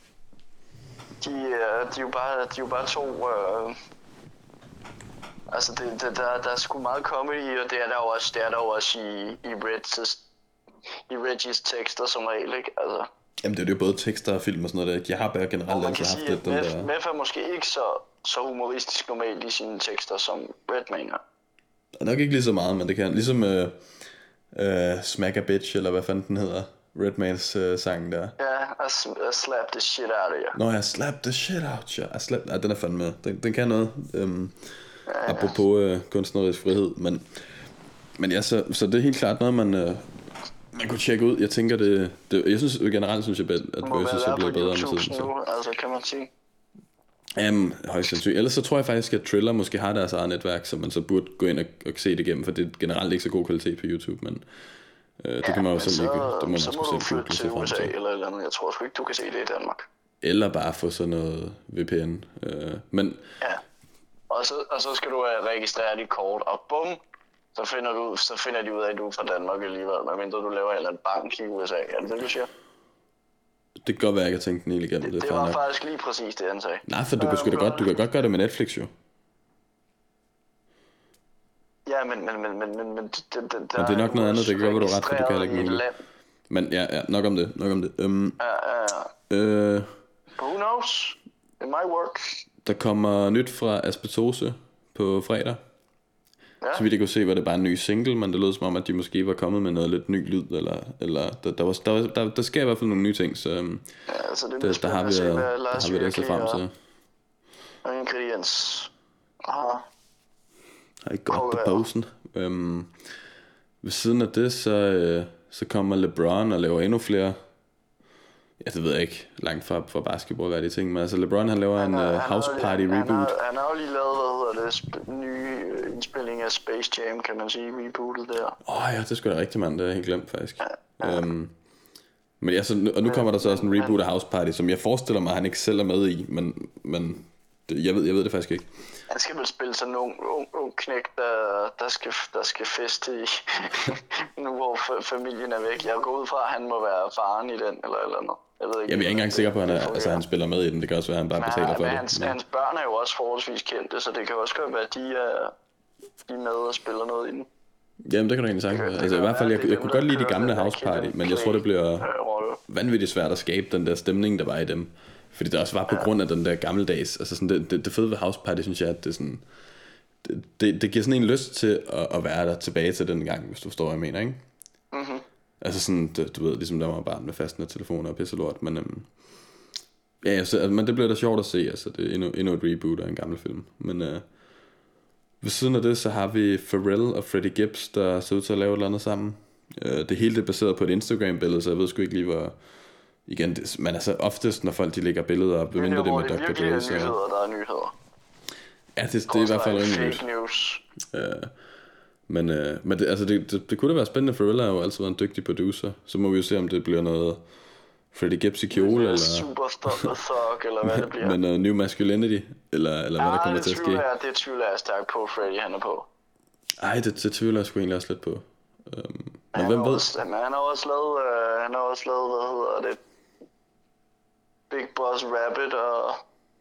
De er jo bare to... Altså, der er sgu meget comedy, og det er der jo også i Reggies tekster som regel, ikke? Altså... Jamen, det er jo både tekster og film og sådan noget der. Jeg har bare generelt altid haft lidt den der... Meth er måske ikke så humoristisk normalt i sine tekster, som Redman er. Nok ikke lige så meget, men det kan ligesom Smack a Bitch, eller hvad fanden den hedder, Redmans sang der. Ja, I slap the shit out of you. Nå, jeg slap the shit out, ja. Den er fandme med. Den kan noget. Apropos kunstnerisk frihed, men ja, så det er helt klart noget, man kunne tjekke ud. Jeg tænker, jeg synes generelt, at Versus er blevet bedre med tiden. Så. Altså, kan man sige. Højst sandsynligt. Ellers så tror jeg faktisk, at Thriller måske har deres eget netværk, så man så burde gå ind og se det igennem, for det er generelt ikke så god kvalitet på YouTube, men det kan man jo selv ikke. Så må du flytte til USA eller andet. Jeg tror sgu ikke, du kan se det i Danmark. Eller bare få sådan noget VPN. Men ja. Og så skal du registrere dit kort, og bum, så finder de ud af, at du er fra Danmark alligevel, medmindre du laver en eller anden bank i USA. Er det det, du siger? Det kan godt være, at jeg har tænkt den helt igennem. Det var faktisk lige præcis det, han sagde. Nej, for du kan godt gøre det med Netflix, jo. Ja, men det er nok noget andet, det kan godt være, du ret, for du kan heller ikke muligt. Men ja, nok om det. Who knows? It might work. Der kommer nyt fra Asbestose på fredag. Ja. Så vidt jeg kunne se, var det bare en ny single, men det lød som om, at de måske var kommet med noget lidt ny lyd, eller der sker i hvert fald nogle nye ting, så så der har vi det så frem til. Og ingrediens. Aha. Har ikke godt på posen. Ved siden af det, så kommer LeBron og laver endnu flere. Ja, det ved jeg ikke, langt fra basketball, hvad de ting, men altså LeBron, han laver en house party reboot. Han har jo lige lavet, nye indspilling af Space Jam, kan man sige, rebootet der. Ja, det skulle da rigtig, mand, det er helt glemt faktisk. Men ja, og nu kommer der så også en reboot af House Party, som jeg forestiller mig, at han ikke selv er med i, men jeg ved det faktisk ikke. Han skal vel spille sådan en ung knæk, der skal feste i, nu hvor familien er væk. Jeg går ud fra, at han må være faren i den, eller noget. Jeg ved ikke. Jamen, jeg er ikke engang sikker på, at han spiller med i den. Det kan også være, at han bare betaler for det. Hans børn er jo også forholdsvis kendte, så det kan også godt være, at de er med og spiller noget i den. Jamen, det kan du egentlig sagt. Altså, i hvert fald, jeg kunne godt lide de gamle House Party, men jeg tror, det bliver vanvittigt svært at skabe den der stemning, der var i dem. Fordi det også var på grund af den der gammeldags. Altså sådan, det fede ved House Party, synes jeg, at det er sådan... Det giver sådan en lyst til at være der tilbage til den gang, hvis du forstår, hvad jeg mener, ikke? Mhm. Altså sådan, du ved, ligesom der var barn med fastende telefoner og pisselort, men... men det bliver da sjovt at se, altså det er endnu et reboot af en gammel film. Men ved siden af det, så har vi Pharrell og Freddie Gibbs, der ser ud til at lave et eller andet sammen. Det hele det er baseret på et Instagram-billede, så jeg ved sgu ikke lige, hvor... Igen, men altså oftest, når folk de lægger billeder op, bemindre det med Dr. Dre, så... Der er nyheder. Ja, det er i hvert fald rimelig fake news. Men det, altså det kunne da være spændende. Pharrell har jo altid været en dygtig producer. Så må vi jo se, om det bliver noget Freddie Gibbs i kjole, eller Superstar Thug, eller hvad det bliver. Men noget New Masculinity, eller hvad der kommer til at ske. Det tvivler jeg stærkt på, Freddie han er på. Ej, det tvivler jeg sgu egentlig også lidt på. Men hvem ved? Han har også lavet, hvad hedder det, Big Boss Rabbit, og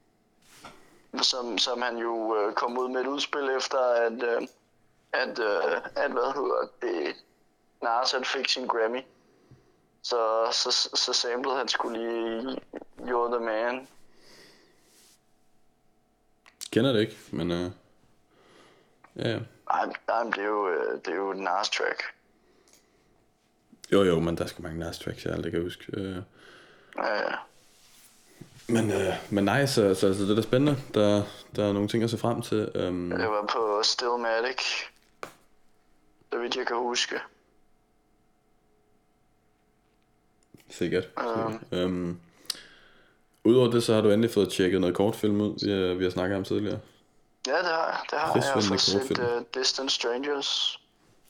som han jo kom ud med et udspil efter, at hvad hedder det, Nas fik sin Grammy. Så samplede han skulle lige You're the Man. Kender det ikke, men ja. Nej, det er jo et Nas track. Jo, men der skal mange Nas tracks, jeg aldrig kan huske. Ja. Men nej, så det er da spændende. Der er nogle ting at se frem til. Jeg var på Stillmatic, så vidt jeg kan huske. Sikkert. Udover det, så har du endelig fået tjekket noget kortfilm ud, vi har snakket om tidligere. Ja, det har jeg. Jeg har fået set Distant Strangers.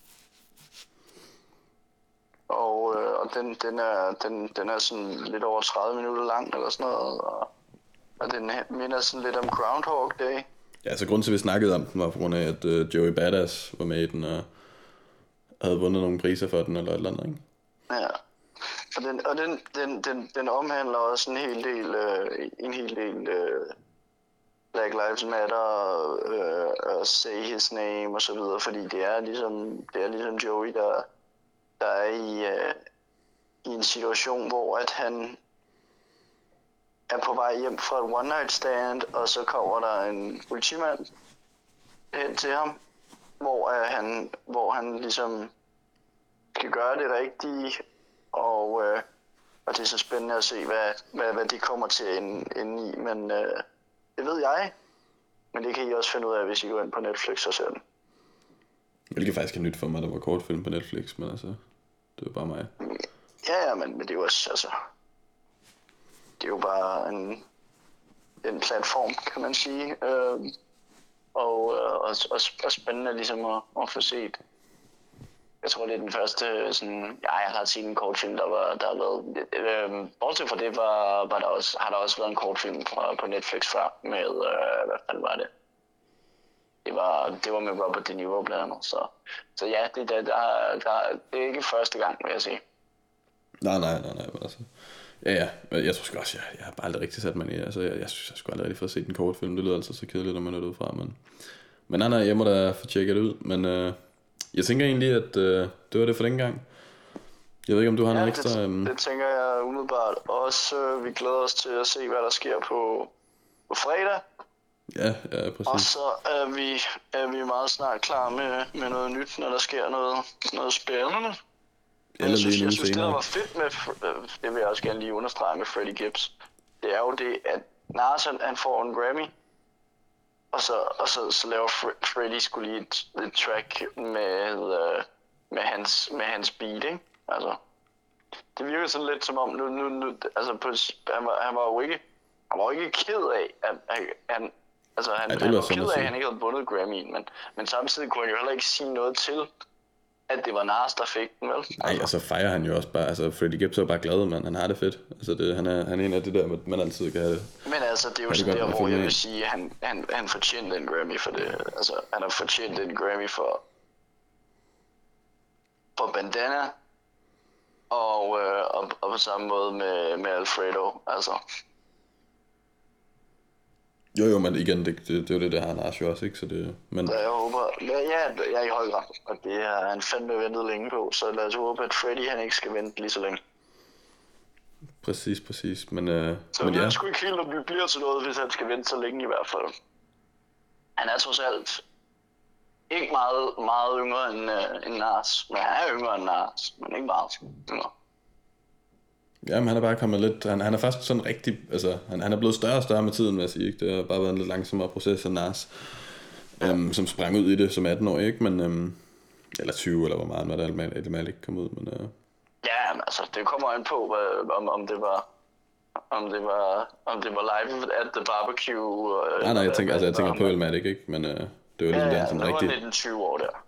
Og den er sådan lidt over 30 minutter lang eller sådan noget, og den minder sådan lidt om Groundhog Day. Ja, så grunden til, at vi snakkede om den, var på grund af, at Joey Badass var med i den, og havde vundet nogle priser for den, eller et eller andet, ikke? Ja, og den omhandler også en hel del Black Lives Matter og Say His Name og så videre, fordi det er ligesom Joey, der er i en situation, hvor at han er på vej hjem fra et one night stand, og så kommer der en politimand hen til ham, hvor han ligesom skal gøre det rigtige, og det er så spændende at se, hvad det kommer til at ende i, men det ved jeg, men det kan I også finde ud af, hvis I går ind på Netflix og ser den. Hvilket faktisk er nyt for mig, der var kortfilm på Netflix, men altså, det var bare mig. Ja, men det er jo også, altså, det er jo bare en platform, kan man sige, og spændende ligesom at få set. Jeg tror, det er den første sådan, jeg har set en kortfilm, der har været, bortset fra det, har der også været en kortfilm på Netflix før, med, hvad fanden var det? Det var med Robert De Niro blandt andet, så ja, det er ikke første gang, vil jeg sige. Nej, men altså, ja, jeg tror sgu også, jeg har bare aldrig rigtig sat mig ned, altså, jeg synes, jeg skulle aldrig rigtig få set en kortfilm, det lyder altså så kedeligt, når man er derudfra, men nej, jeg må da få tjekket det ud, men jeg tænker egentlig, at det var det for den gang. Jeg ved ikke, om du har noget ekstra... Det tænker jeg umiddelbart også. Vi glæder os til at se, hvad der sker på fredag. Ja, præcis. Og så er vi meget snart klar med noget nyt, når der sker noget spændende. Jeg synes, det der var fedt med, det vil jeg også gerne lige understrege med Freddie Gibbs, det er jo det, at Nas han får en Grammy, og så laver Freddie skulle lige et track med hans beat, ikke? Altså, det virker sådan lidt som om nu altså han var jo ikke ked af at han var ked af at han ikke havde vundet Grammy'en, men samtidig kunne han jo heller ikke sige noget til at det var Nas, der fik den, vel? Nej, altså fejrer han jo også bare, altså Freddie Gibbs er bare glad, man. Han har det fedt. Altså han er en af det der, man altid kan have det. Men altså, det er jo sådan der, hvor jeg vil sige, han fortjente en Grammy for det. Altså, han har fortjent en Grammy for Bandana, og på samme måde med Alfredo, altså. Jo, men igen, det er jo det, han har jo også, ikke? Så det, men... Jeg håber, jeg er i høj grad, og det har han fandme ventet længe på, så lad os håbe, at Freddie han ikke skal vente lige så længe. Præcis, men så men jeg ved sgu ikke helt, om vi bliver til noget, hvis han skal vente så længe i hvert fald. Han er trods alt ikke meget yngre end Nas, men han er yngre end Nas, men ikke meget yngre. Jamen, han er bare kommet lidt, han er faktisk sådan rigtig, altså, han er blevet større og større med tiden, vil jeg sige, ikke? Det har bare været en lidt langsommere proces af Nas, som sprang ud i det som 18 år, ikke? Men, eller 20, eller hvor meget var det, at det ikke kom ud, men... Ja, altså, det kommer an på, om det var live at the barbecue. Nej, jeg tænker på Elmatic, ikke? Men det var ligesom den sådan rigtig... Ja, det var 19-20 år der.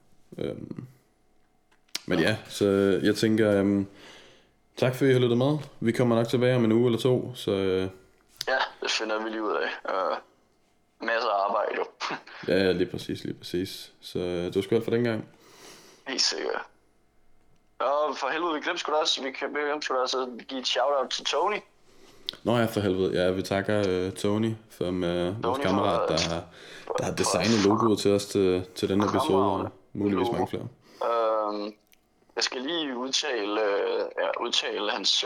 Men ja, så jeg tænker... tak for, at I har lyttet med. Vi kommer nok tilbage om en uge eller to, så... Ja, det finder vi lige ud af. Masser af arbejde, jo. Ja, lige præcis. Så det var sgu alt for den gang. Helt sikkert. Og for helvede, vi glemte sgu da også at give et shout-out til Tony. Nå ja, for helvede. Ja, vi takker Tony for vores kammerat, der har designet logoet til os til den episode, og muligvis mange flere. Jeg skal lige udtale hans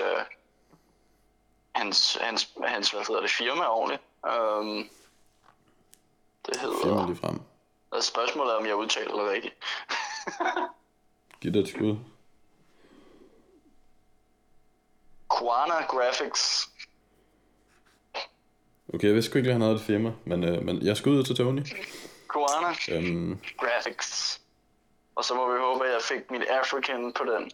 hvad hedder det, firma ordentligt. Det hedder... Firma lige frem. Spørgsmålet er, om jeg udtaler det rigtigt. Giv det et skud. Quana Graphics. Okay, jeg vidste sgu ikke, at han havde et firma, men jeg skal ud til Tony. Quana Graphics. Og så må vi håbe, at jeg fik mit African på den.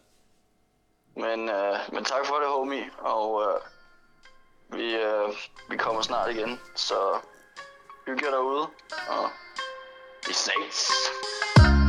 Men tak for det, homie. Og vi kommer snart igen. Så hygge jer derude. Og vi ses.